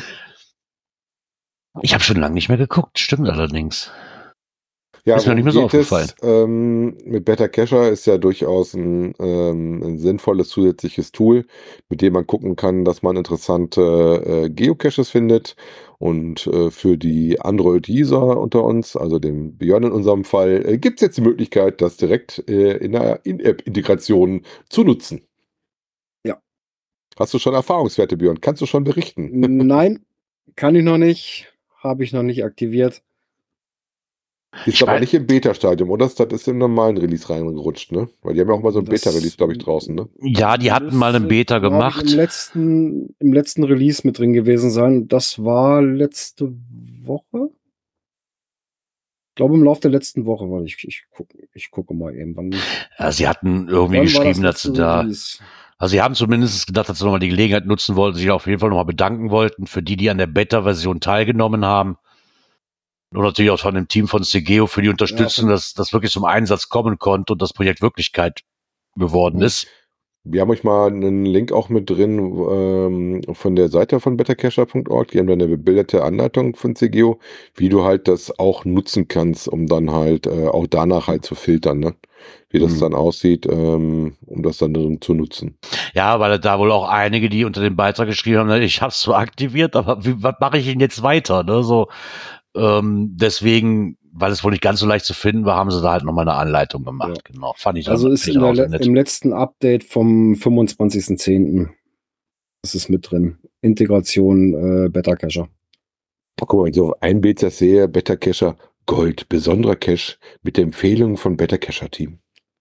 Ich habe schon lange nicht mehr geguckt, stimmt allerdings. Ja, ist mir nicht mehr so aufgefallen. Mit Better Cacher ist ja durchaus ein sinnvolles zusätzliches Tool, mit dem man gucken kann, dass man interessante Geocaches findet. Und für die Android-User unter uns, also dem Björn in unserem Fall, gibt es jetzt die Möglichkeit, das direkt in der In-App-Integration zu nutzen. Ja. Hast du schon Erfahrungswerte, Björn? Kannst du schon berichten? Nein, kann ich noch nicht. Habe ich noch nicht aktiviert. Ist aber nicht im Beta-Stadium, oder? Das ist im normalen Release reingerutscht, ne? Weil die haben ja auch mal so ein Beta-Release, glaube ich, draußen, ne? Ja, die hatten mal einen Beta gemacht. Im letzten Release mit drin gewesen sein. Das war letzte Woche. Ich glaube, im Laufe der letzten Woche war ich gucke mal eben. Wann, Ja, sie hatten irgendwie geschrieben, dass sie da... Release? Also sie haben zumindest gedacht, dass sie nochmal die Gelegenheit nutzen wollten, sich auf jeden Fall nochmal bedanken wollten für die an der Beta-Version teilgenommen haben. Und natürlich auch von dem Team von CGO für die Unterstützung, dass das wirklich zum Einsatz kommen konnte und das Projekt Wirklichkeit geworden ist. Wir haben euch mal einen Link auch mit drin von der Seite von bettercacher.org. Die haben da eine bebilderte Anleitung von CGO, wie du halt das auch nutzen kannst, um dann halt auch danach halt zu filtern, ne? Wie das dann aussieht, um das dann zu nutzen. Ja, weil da wohl auch einige, die unter dem Beitrag geschrieben haben, ich hab's zwar aktiviert, aber was mache ich denn jetzt weiter? Ne? So, deswegen weil es wohl nicht ganz so leicht zu finden war, haben sie da halt nochmal eine Anleitung gemacht. Ja. Genau, fand ich Also ist finde ich auch sehr nett. im letzten Update vom 25.10. ist es mit drin. Integration Beta Cacher. Guck mal, wenn ich so ein Bild das sehe, Beta Cacher Gold, besonderer Cache mit der Empfehlung von Beta Cacher Team.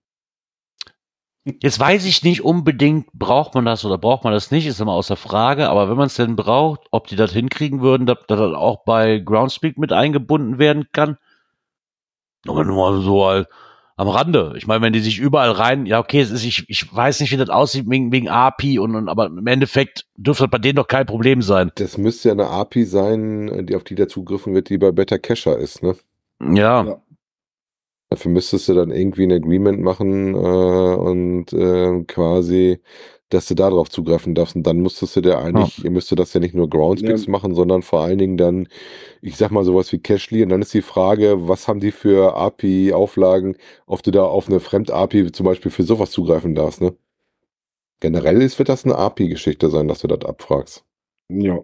Jetzt weiß ich nicht unbedingt, braucht man das oder braucht man das nicht, ist immer außer Frage, aber wenn man es denn braucht, ob die das hinkriegen würden, dass das auch bei Groundspeak mit eingebunden werden kann. Nur mal so halt am Rande. Ich meine, wenn die sich überall rein, ja okay, es ist, ich weiß nicht, wie das aussieht wegen API aber im Endeffekt dürfte das bei denen doch kein Problem sein. Das müsste ja eine API sein, auf die da zugegriffen wird, die bei Beta Cacher ist, ne? Ja. Dafür müsstest du dann irgendwie ein Agreement machen und quasi, dass du da drauf zugreifen darfst. Und dann müsstest du dir eigentlich, ihr müsste das ja nicht nur Groundspeaks machen, sondern vor allen Dingen dann, ich sag mal sowas wie Cachly. Und dann ist die Frage, was haben die für API-Auflagen, ob du da auf eine Fremd-API zum Beispiel für sowas zugreifen darfst, ne? Generell wird das eine API-Geschichte sein, dass du das abfragst. Ja.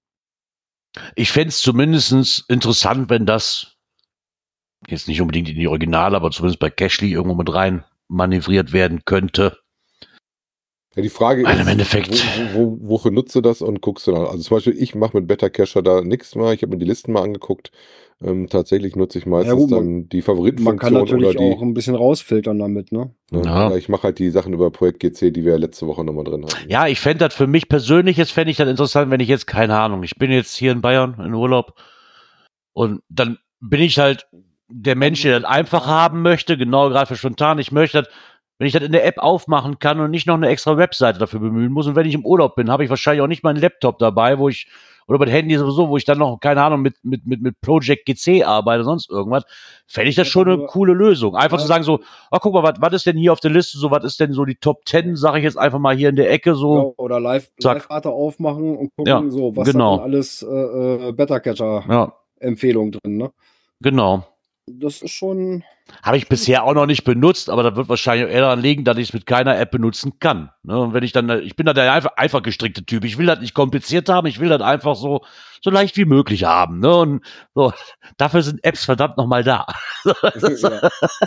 Ich fände es zumindest interessant, wenn das jetzt nicht unbedingt in die Originale, aber zumindest bei Cachly irgendwo mit rein manövriert werden könnte. Ja, die Frage Weil ist, im Endeffekt, wofür nutzt du das und guckst du dann? Also zum Beispiel, ich mache mit Beta Cacher da nichts mal. Ich habe mir die Listen mal angeguckt. Tatsächlich nutze ich meistens gut, dann die Man Favoritenfunktion kann natürlich oder die. auch ein bisschen rausfiltern damit, ne? Ne? Ja. Oder ich mache halt die Sachen über Projekt GC, die wir ja letzte Woche nochmal drin hatten. ja, ich fände das für mich persönlich, fände ich das interessant, wenn ich jetzt, keine Ahnung, ich bin jetzt hier in Bayern in Urlaub und dann bin ich halt der Mensch, der das einfach haben möchte, genau gerade für spontan, ich möchte das, wenn ich das in der App aufmachen kann und nicht noch eine extra Webseite dafür bemühen muss und wenn ich im Urlaub bin, habe ich wahrscheinlich auch nicht meinen Laptop dabei, oder mit Handy sowieso, wo ich dann noch, keine Ahnung, mit Project GC arbeite oder sonst irgendwas, fände ich das schon eine coole Lösung. Einfach zu sagen so, guck mal, was ist denn hier auf der Liste so, was ist denn so die Top 10, sage ich jetzt einfach mal hier in der Ecke so. Ja, oder Live-Rate aufmachen und gucken, Ja, so, was genau. hat denn alles Beta Cacher-Empfehlung drin, ne? Genau. Das ist schon. Habe ich bisher auch noch nicht benutzt, aber das wird wahrscheinlich eher daran liegen, dass ich es mit keiner App benutzen kann. Ne? Und wenn ich bin da der einfach gestrickte Typ. Ich will das nicht kompliziert haben, ich will das einfach so leicht wie möglich haben. Ne? Und so, dafür sind Apps verdammt nochmal da. Ja.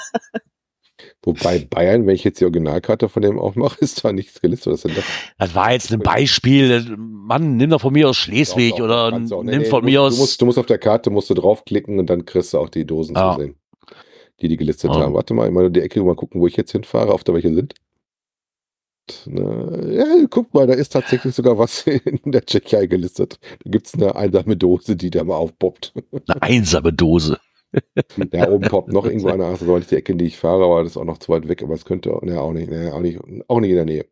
Wobei Bayern, wenn ich jetzt die Originalkarte von dem aufmache, ist da nichts gelistet. Was ist denn das? Das war jetzt ein Beispiel. Mann, nimm doch von mir aus Schleswig oder nimm von mir aus. Du musst auf der Karte draufklicken und dann kriegst du auch die Dosen zu sehen, die gelistet haben. Warte mal, in die Ecke mal gucken, wo ich jetzt hinfahre, auf der welche sind. Ja, guck mal, da ist tatsächlich sogar was in der Tschechei gelistet. Da gibt es eine einsame Dose, die da mal aufpoppt. Eine einsame Dose. Ja, oben poppt noch irgendwo eine, das war nicht die Ecke, in die ich fahre, aber das ist auch noch zu weit weg, aber es könnte auch nicht in der Nähe.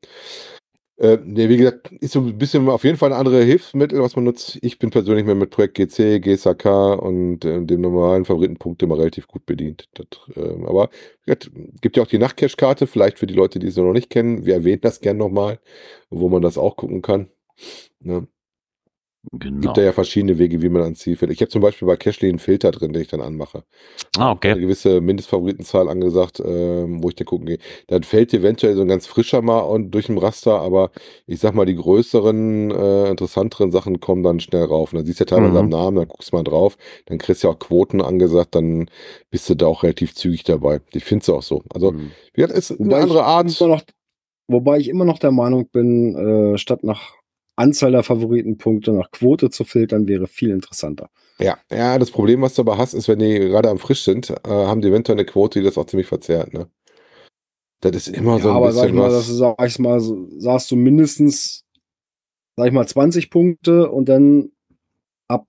Wie gesagt, ist so ein bisschen auf jeden Fall ein anderes Hilfsmittel, was man nutzt. Ich bin persönlich mehr mit Projekt GC, GSAK und dem normalen Favoritenpunkt immer relativ gut bedient. Aber gibt ja auch die Nachtcache-Karte, vielleicht für die Leute, die sie noch nicht kennen. Wir erwähnen das gerne nochmal, wo man das auch gucken kann. Ne? Genau. Gibt ja verschiedene Wege, wie man ans Ziel findet. Ich habe zum Beispiel bei Cachly einen Filter drin, den ich dann anmache. Okay. Eine gewisse Mindestfavoritenzahl angesagt, wo ich da gucken gehe. Dann fällt eventuell so ein ganz frischer mal durch den Raster, aber ich sag mal, die größeren, interessanteren Sachen kommen dann schnell rauf. Und dann siehst du ja teilweise am Namen, dann guckst du mal drauf, dann kriegst du ja auch Quoten angesagt, dann bist du da auch relativ zügig dabei. Ich finde es auch so. Also, wie gesagt, ist eine andere Art. Wobei ich immer noch der Meinung bin, statt nach Anzahl der Favoritenpunkte nach Quote zu filtern, wäre viel interessanter. Ja, das Problem, was du aber hast, ist, wenn die gerade am frisch sind, haben die eventuell eine Quote, die das auch ziemlich verzerrt, ne? Das ist immer so ein aber bisschen sagst du mindestens, 20 Punkte und dann ab,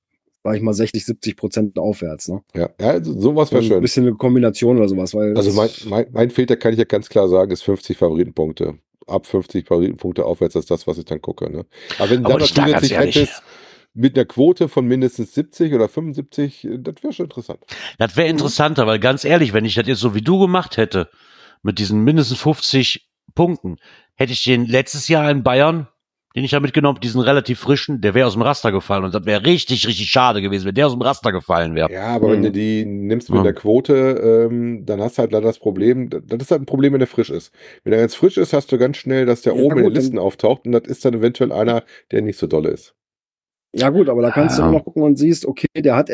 60-70% aufwärts, ne? Ja, also sowas wäre schön. Ein bisschen eine Kombination oder sowas, weil. Also mein Filter, kann ich ja ganz klar sagen, ist 50 Favoritenpunkte. Ab 50 Favoritenpunkte aufwärts ist das, was ich dann gucke. Ne? Aber wenn du dann zusätzlich hättest, mit einer Quote von mindestens 70 oder 75, das wäre schon interessant. Das wäre interessanter, weil ganz ehrlich, wenn ich das jetzt so wie du gemacht hätte, mit diesen mindestens 50 Punkten, hätte ich den letztes Jahr in Bayern, den ich ja mitgenommen, diesen relativ frischen, der wäre aus dem Raster gefallen und das wäre richtig, richtig schade gewesen, wenn der aus dem Raster gefallen wäre. Ja, aber wenn du die nimmst mit der Quote, dann hast du halt leider das Problem, das ist halt ein Problem, wenn der frisch ist. Wenn er ganz frisch ist, hast du ganz schnell, dass der oben in den Listen auftaucht und das ist dann eventuell einer, der nicht so dolle ist. Ja gut, aber da kannst du immer noch gucken und siehst, okay, der hat erst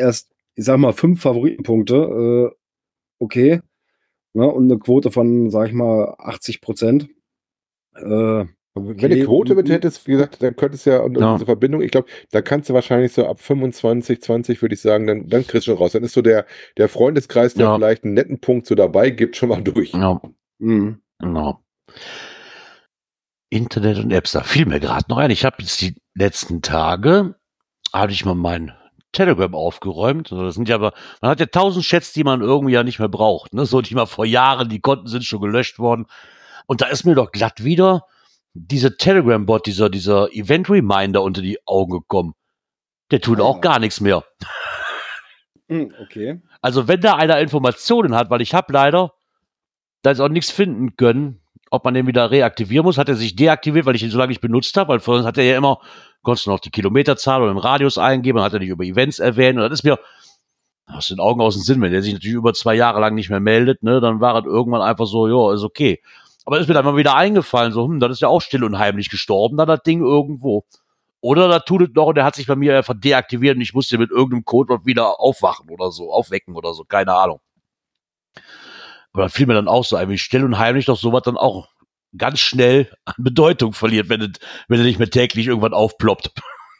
ich sag mal, 5 Favoritenpunkte, okay. Ne? Und eine Quote von, sag ich mal, 80%. Wenn du Quote mit hättest, wie gesagt, dann könntest du ja, und Ja. diese Verbindung, ich glaube, da kannst du wahrscheinlich so ab 25, 20, würde ich sagen, dann kriegst du schon raus. Dann ist so der Freundeskreis, der Ja. vielleicht einen netten Punkt so dabei gibt, schon mal durch. Ja, Mhm. genau. Internet und Apps, da fiel mir gerade noch ein. Ich habe jetzt die letzten Tage, hatte ich mal mein Telegram aufgeräumt. Also das sind ja aber, man hat ja 1000 Chats, die man irgendwie ja nicht mehr braucht. Ne? So die mal vor Jahren, die Konten sind schon gelöscht worden. Und da ist mir doch glatt wieder dieser Telegram-Bot, dieser Event-Reminder unter die Augen gekommen. Der tut Ah, auch ja. gar nichts mehr. Okay. Also wenn da einer Informationen hat, weil ich habe leider da ist auch nichts finden können, ob man den wieder reaktivieren muss. Hat er sich deaktiviert, weil ich ihn so lange nicht benutzt habe, weil vorhin hat er ja immer, konntest du noch die Kilometerzahl oder den Radius eingeben, dann hat er nicht über Events erwähnt und das ist mir aus den Augen, aus dem Sinn, wenn der sich natürlich über 2 Jahre lang nicht mehr meldet, ne, dann war es irgendwann einfach so, ja, ist okay. Aber ist mir dann mal wieder eingefallen, so, das ist ja auch still und heimlich gestorben, dann das Ding irgendwo. Oder da tut es noch und der hat sich bei mir einfach deaktiviert und ich musste mit irgendeinem Codewort wieder aufwachen oder so, aufwecken oder so, keine Ahnung. Aber da fiel mir dann auch so ein, wie still und heimlich doch sowas dann auch ganz schnell an Bedeutung verliert, wenn er nicht mehr täglich irgendwann aufploppt.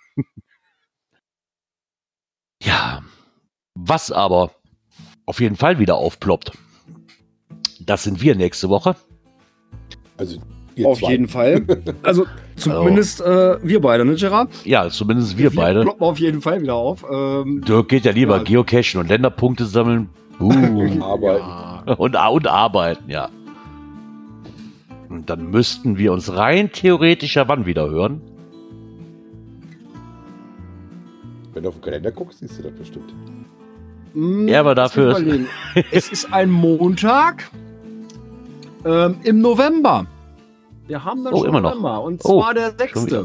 Ja, was aber auf jeden Fall wieder aufploppt, das sind wir nächste Woche. Also, ihr Auf zwei. jeden Fall. Also zumindest wir beide, ne, Gerard? Ja, zumindest wir beide. Ploppen auf jeden Fall wieder auf. Dirk geht ja lieber Ja. Geocachen und Länderpunkte sammeln. Arbeiten. Ja. Und arbeiten, ja. Und dann müssten wir uns rein theoretisch ja wann wieder hören? Wenn du auf den Kalender guckst, siehst du das bestimmt. Ja, aber lass mich dafür- überlegen. Es ist ein Montag im November. Wir haben dann Oh, schon immer noch. November. Und Oh, zwar der schon wieder. 6.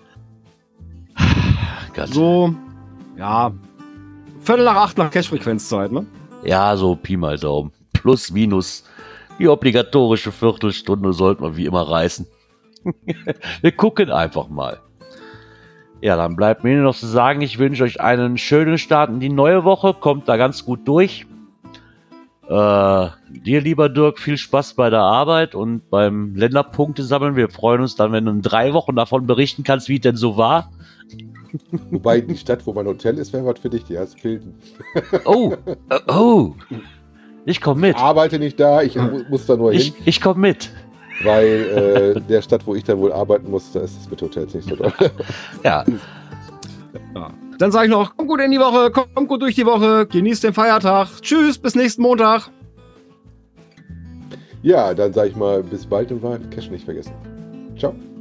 Gott. So, ja, 7:45 nach Cache-Frequenzzeit, ne? Ja, so Pi mal Daumen. Plus, minus. Die obligatorische Viertelstunde sollten wir wie immer reißen. Wir gucken einfach mal. Ja, dann bleibt mir nur noch zu sagen, ich wünsche euch einen schönen Start in die neue Woche. Kommt da ganz gut durch. Dir, lieber Dirk, viel Spaß bei der Arbeit und beim Länderpunkte sammeln. Wir freuen uns dann, wenn du in 3 Wochen davon berichten kannst, wie es denn so war. Wobei die Stadt, wo mein Hotel ist, wäre was für dich, die Erzpilden. Oh, ich komme mit. Ich arbeite nicht da, ich muss da nur hin, Ich komme mit. weil der Stadt, wo ich dann wohl arbeiten muss, da ist es mit Hotels nicht so doll. Ja, Dann sage ich noch, kommt gut in die Woche, kommt gut durch die Woche, genießt den Feiertag. Tschüss, bis nächsten Montag. Ja, dann sage ich mal, bis bald und Cash nicht vergessen. Ciao.